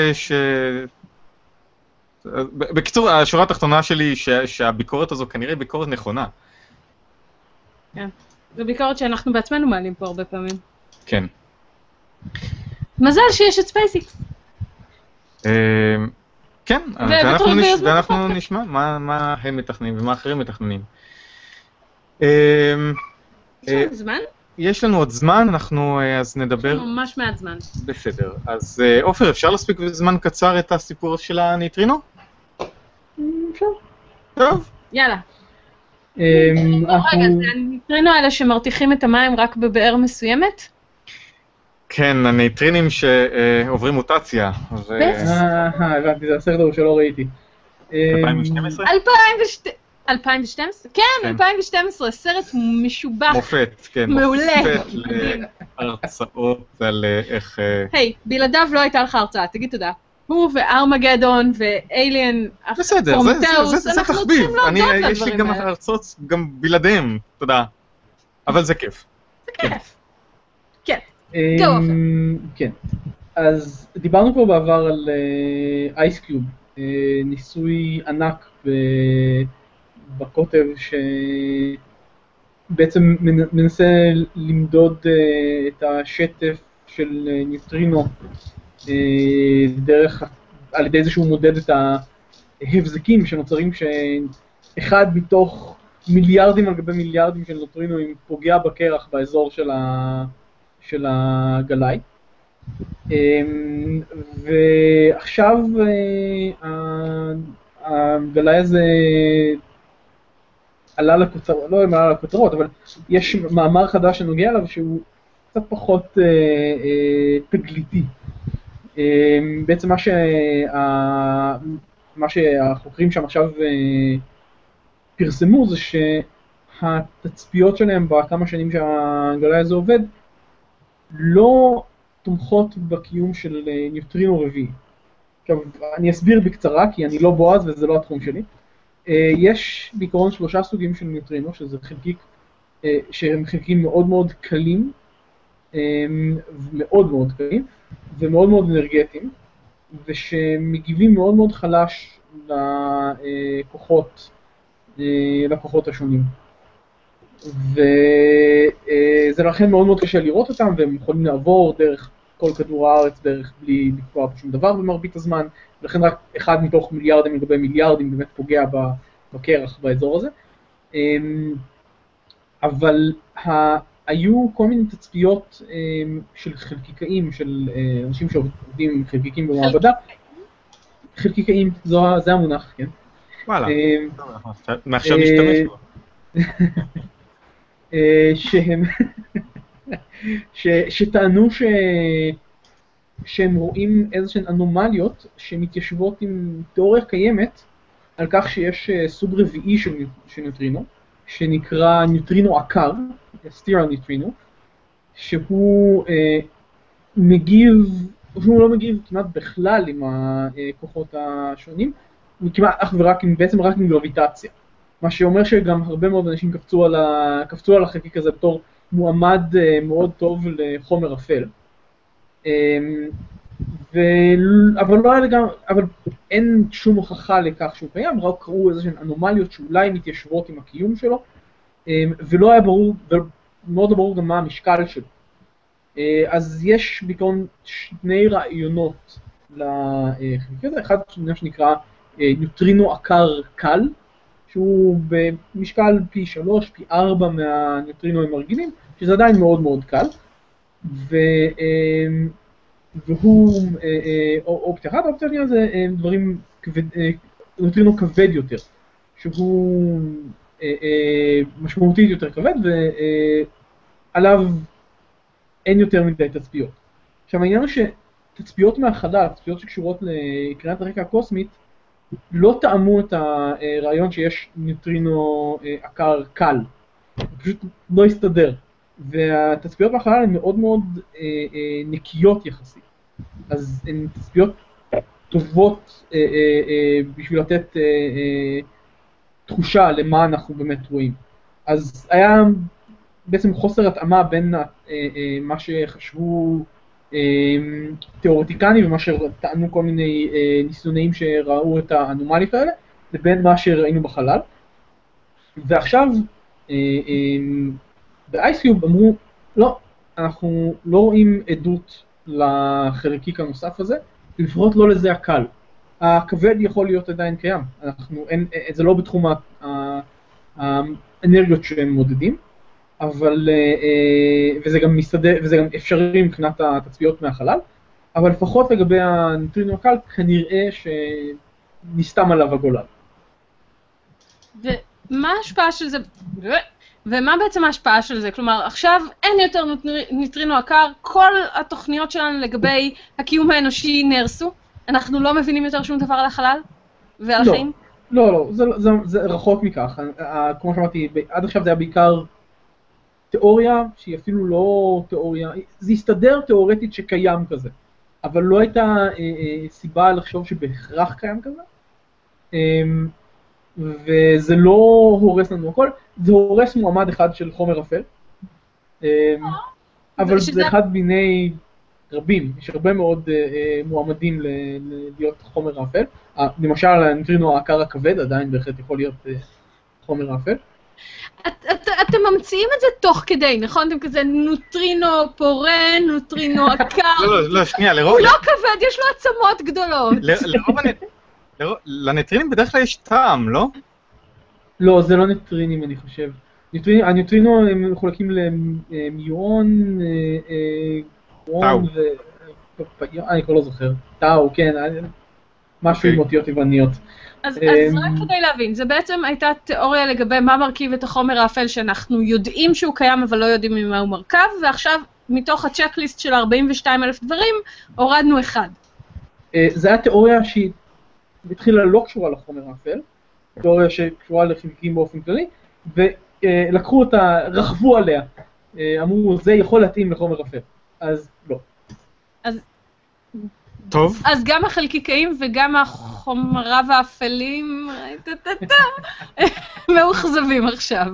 בקיצור, השורה התחתונה שלי שהביקורת הזו כנראה ביקורת נכונה. כן, זו ביקורת שאנחנו בעצמנו מעלים פה הרבה פעמים. כן. מזל שיש את SpaceX. כן, ואנחנו נשמע מה הם מתכננים ומה אחרים מתכננים. יש לנו זמן? יש לנו עוד זמן, אנחנו אז נדבר... יש לנו ממש מעט זמן. בסדר, אז עופר, אפשר להספיק בזמן קצר את הסיפור של הניטרינו? אפשר. טוב. יאללה. רגע, זה הניטרינו האלה שמרתיחים את המים רק בבאר מסוימת? כן, הניטרינים שעוברים מוטציה. הבנתי, זה הסרט הזה שלא ראיתי. 2012? 2012? כן, 2012, סרט משובח. מופת, כן. מעולה. מופת להרצאות על איך... היי, בלעדיו לא הייתה לך הרצאה, תגיד תודה. הוא וארמגדון ואליאן, בסדר, זה תחביב. יש לי גם הרצאות גם בלעדיהם, תודה. אבל זה כיף. זה כיף. כן. כן. אז דיברנו פה בעבר על אייסקיוב, ניסוי ענק בקוטב שבעצם מנסה למדוד את השטף של ניוטרינו על ידי זה שהוא מודד את ההבזקים שנוצרים כשאחד מתוך מיליארדים על גבי מיליארדים של ניוטרינואים פוגע בקרח באזור של הגלאי. ועכשיו הגלאי הזה עלה לכותרות, לא עלה לכותרות, אבל יש מאמר חדש שנוגע אליו שהוא קצת פחות תגליתי. בעצם מה שהחוקרים שם עכשיו פרסמו זה שהתצפיות שלהם בכמה שנים שהגלאי הזה עובד לא תומכות בקיום של ניוטרינו רביעי. עכשיו, אני אסביר בקצרה, כי אני לא בועז וזה לא התחום שלי. יש בעיקרון 3 סוגים של ניוטרינו, שזה שהם חלקיקים מאוד מאוד קלים, מאוד מאוד קלים, ומאוד מאוד אנרגטיים, ושמגיבים מאוד מאוד חלש לכוחות השונים. וזה לכן מאוד מאוד קשה לראות אותם, והם יכולים לעבור דרך כל כדור הארץ, דרך בלי לפגוע בשום דבר במרבית הזמן, ולכן רק אחד מתוך מיליארדים לגבי מיליארדים באמת פוגע בקרח באזור הזה. אבל היו כל מיני תצפיות של חלקיקאים, של אנשים שעובדים עם חלקיקים במעבדה. חלקיקאים, זה המונח, כן. וואלה, מעכשיו נשתמש בו. שטענו שהם רואים איזשהן אנומליות שמתיישבות עם תיאוריה קיימת על כך שיש סוג רביעי של ניוטרינו, שנקרא ניוטרינו עקר, סטירל ניוטרינו, שהוא לא מגיב כמעט בכלל עם הכוחות השונים, הוא כמעט אך ורק, בעצם רק עם גרביטציה. מה שאומר שגם הרבה מאוד אנשים קפצו על החלקיק הזה בתור מועמד מאוד טוב לחומר אפל. אבל אין שום הוכחה לכך שהוא קיים, רק קראו איזשהן אנומליות שאולי מתיישבות עם הקיום שלו, ולא היה ברור, ומאוד לא ברור גם מה המשקל שלו. אז יש בעיקרון שני רעיונות לחלקיק הזה, אחד שנקרא ניוטרינו עקר קל, שהוא במשקל פי 3, פי 4 מהניוטרינו הרגילים, שזה עדיין מאוד מאוד קל, והוא אופציה אחת. האופציה השנייה זה דברים ניוטרינו כבד יותר, שהוא משמעותית יותר כבד, ועליו אין יותר מדי תצפיות. עכשיו העניין הוא שתצפיות מהחלל, תצפיות שקשורות לקרינת הרקע הקוסמית, לא טעמו את הרעיון שיש ניוטרינו עקר קל, הוא פשוט לא הסתדר. והתצפיות מהחלל הן מאוד מאוד נקיות יחסית, אז הן תצפיות טובות בשביל לתת תחושה למה אנחנו באמת רואים. אז היה בעצם חוסר התאמה בין מה שחשבו תיאורטיקנים ומה שטענו כל מיני ניסיונאים שראו את האנומליות האלה, לבין מה שראינו בחלל. ועכשיו ב-IceCube אמרו, לא, אנחנו לא רואים עדות לחלקיק הנוסף הזה, לפחות לא לזה הקל. הכבד יכול להיות עדיין קיים, זה לא בתחום האנרגיות שהם מודדים, אבל, וזה גם אפשרי מבחינת התצפיות מהחלל, אבל לפחות לגבי הניוטרינו הקל, כנראה שנסתם עליו הגולל. ומה ההשפעה של זה? ומה בעצם ההשפעה של זה? כלומר, עכשיו אין יותר ניוטרינו עקר, כל התוכניות שלנו לגבי הקיום האנושי נהרסו, אנחנו לא מבינים יותר שום דבר על החלל ועל החיים? לא, זה רחוק מכך. כמו שאמרתי, עד עכשיו זה היה בעיקר תיאוריה שהיא אפילו לא תיאוריה, זה הסתדר תיאורטית שקיים כזה, אבל לא הייתה סיבה לחשוב שבהכרח קיים כזה, וזה לא הורס לנו הכל, זה הורס מועמד אחד של חומר אפל, אבל זה אחד מיני רבים, יש הרבה מאוד מועמדים להיות חומר אפל, למשל הניוטרינו העקר הכבד עדיין בהחלט יכול להיות חומר אפל. אתם ממציאים את זה תוך כדי, נכון? אתם כזה נוטרינו פורה, נוטרינו עקר. לא, שנייה, לרוב... הוא לא כבד, יש לו עצמות גדולות. לניוטרינים בדרך כלל יש טעם, לא? לא, זה לא ניוטרינים, אני חושב. הניוטרינו הם מחולקים למיון, גרון אני כבר לא זוכר. טאו, כן, משהו עם אותיות יווניות. אז רק כדי להבין, זה בעצם הייתה תיאוריה לגבי מה מרכיב את החומר האפל שאנחנו יודעים שהוא קיים אבל לא יודעים ממה הוא מרכב, ועכשיו מתוך הצ'קליסט של 42,000 דברים הורדנו אחד. זה היה תיאוריה שהיא התחילה לא קשורה לחומר האפל, תיאוריה שקשורה לחלקיקים באופן כללי, ולקחו אותה, רחבו עליה, אמרו זה יכול להתאים לחומר אפל, אז לא. טוב. אז גם החלקיקאים וגם החומריו האפלים מאוכזבים עכשיו.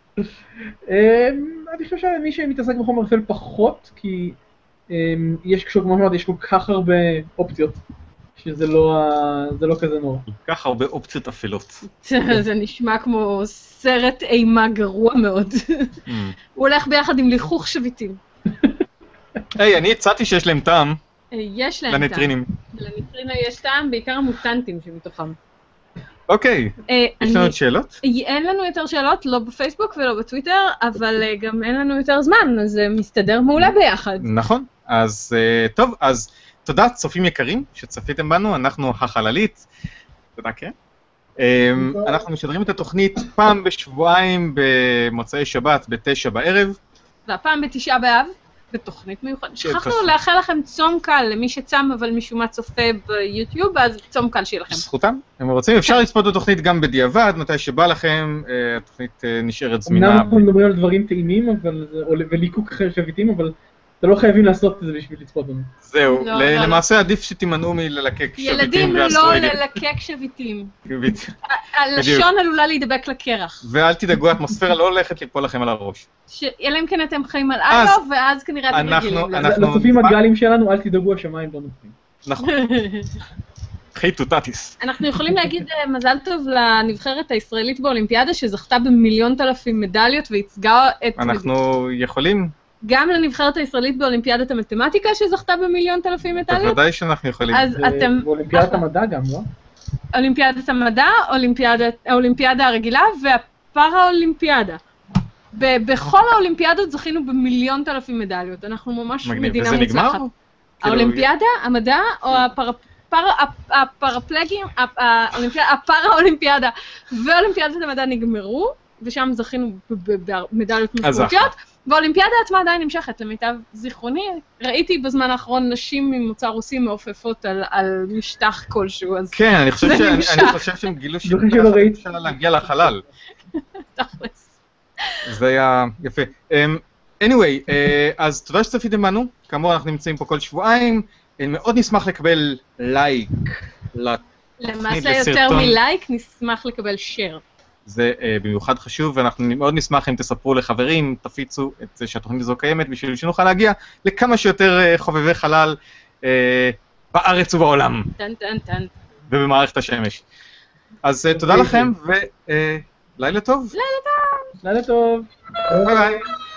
אני חושב שמי שמתעסק בחומר אפל פחות, כי יש כל כך הרבה אופציות, שזה לא כזה נורא. כל כך הרבה אופציות אפלות. זה נשמע כמו סרט אימה גרוע מאוד. הוא הולך ביחד עם ליכוך שביטים. היי, אני הצעתי שיש להם טעם. יש להם טעם. לניטרינים. לניטרינו יש טעם, בעיקר המוטנטים שמתוכם. אוקיי, יש לנו עוד שאלות? אין לנו יותר שאלות, לא בפייסבוק ולא בטוויטר, אבל גם אין לנו יותר זמן, אז זה מסתדר מעולה ביחד. נכון, אז טוב, אז תודה צופים יקרים שצפיתם בנו, אנחנו החללית. תודה, כן? אנחנו משדרים את התוכנית פעם בשבועיים במוצאי שבת ב-9 בערב. והפעם ב9 באב, בתוכנית מיוחדת. שכחנו לאחל לכם צום קל למי שצם, אבל משום מה צופה ביוטיוב, אז צום קל שיהיה לכם. זכותם. אם רוצים, אפשר לצפות בתוכנית גם בדיעבד, מתי שבא לכם, התוכנית נשארת זמינה. אמנם אנחנו מדברים על דברים טעימים, וליקוק שביטים, אבל אתם לא חייבים לעשות את זה בשביל לצפות בנו. זהו, למעשה עדיף שתימנעו מללקק שביטים ילדים לא ללקק שביטים. הלשון עלולה להידבק לקרח. ואל תדאגו, האטמוספירה לא הולכת ליפול לכם על הראש. אלא אם כן אתם חיים על איו, ואז כנראה אתם רגילים לזה. לצופים הגלים שלנו, אל תדאגו, השמיים לא נופלים. נכון. חיתו טטיס. אנחנו יכולים להגיד מזל טוב לנבחרת הישראלית באולימפיאדה, שזכתה ב1,000,000 מדליות וייצגה את... אנחנו יכולים... גם לנבחרת הישראלית באולימפיאדת המתמטיקה שזכתה ב1,000,000 מדליות? בוודאי שאנחנו יכולים. אז אתם... באולימפיאדת המדע גם, לא? אולימפיאדת המדע, האולימפיאדה הרגילה והפארה-אולימפיאדה. בכל האולימפיאדות זכינו ב1,000,000 מדליות. אנחנו ממש מדינה מוצלחת. וזה נגמר? האולימפיאדה, המדע או הפרפלגים, הפארה-אולימפיאדה ואולימפיאדת המדע נגמרו, ושם זכינו במדליות משמעותיות. והאולימפיאדה עצמה עדיין נמשכת, למיטב זיכרוני. ראיתי בזמן האחרון נשים ממוצא רוסי מעופפות על משטח כלשהו, אז כן, אני חושב שהם גילו שאפשר להגיע לחלל. תכלס. זה היה יפה. anyway, אז תודה שצפיתם בנו. כאמור, אנחנו נמצאים פה כל שבועיים. מאוד נשמח לקבל לייק לתוכנית למעשה יותר מלייק, נשמח לקבל שייר. זה במיוחד חשוב, ואנחנו מאוד נשמח אם תספרו לחברים, תפיצו את זה שהתוכנית הזו קיימת, בשביל שנוכל להגיע לכמה שיותר חובבי חלל בארץ ובעולם. טן טן טן. ובמערכת השמש. אז תודה לכם, ולילה טוב. לילה טוב. לילה טוב. ביי ביי.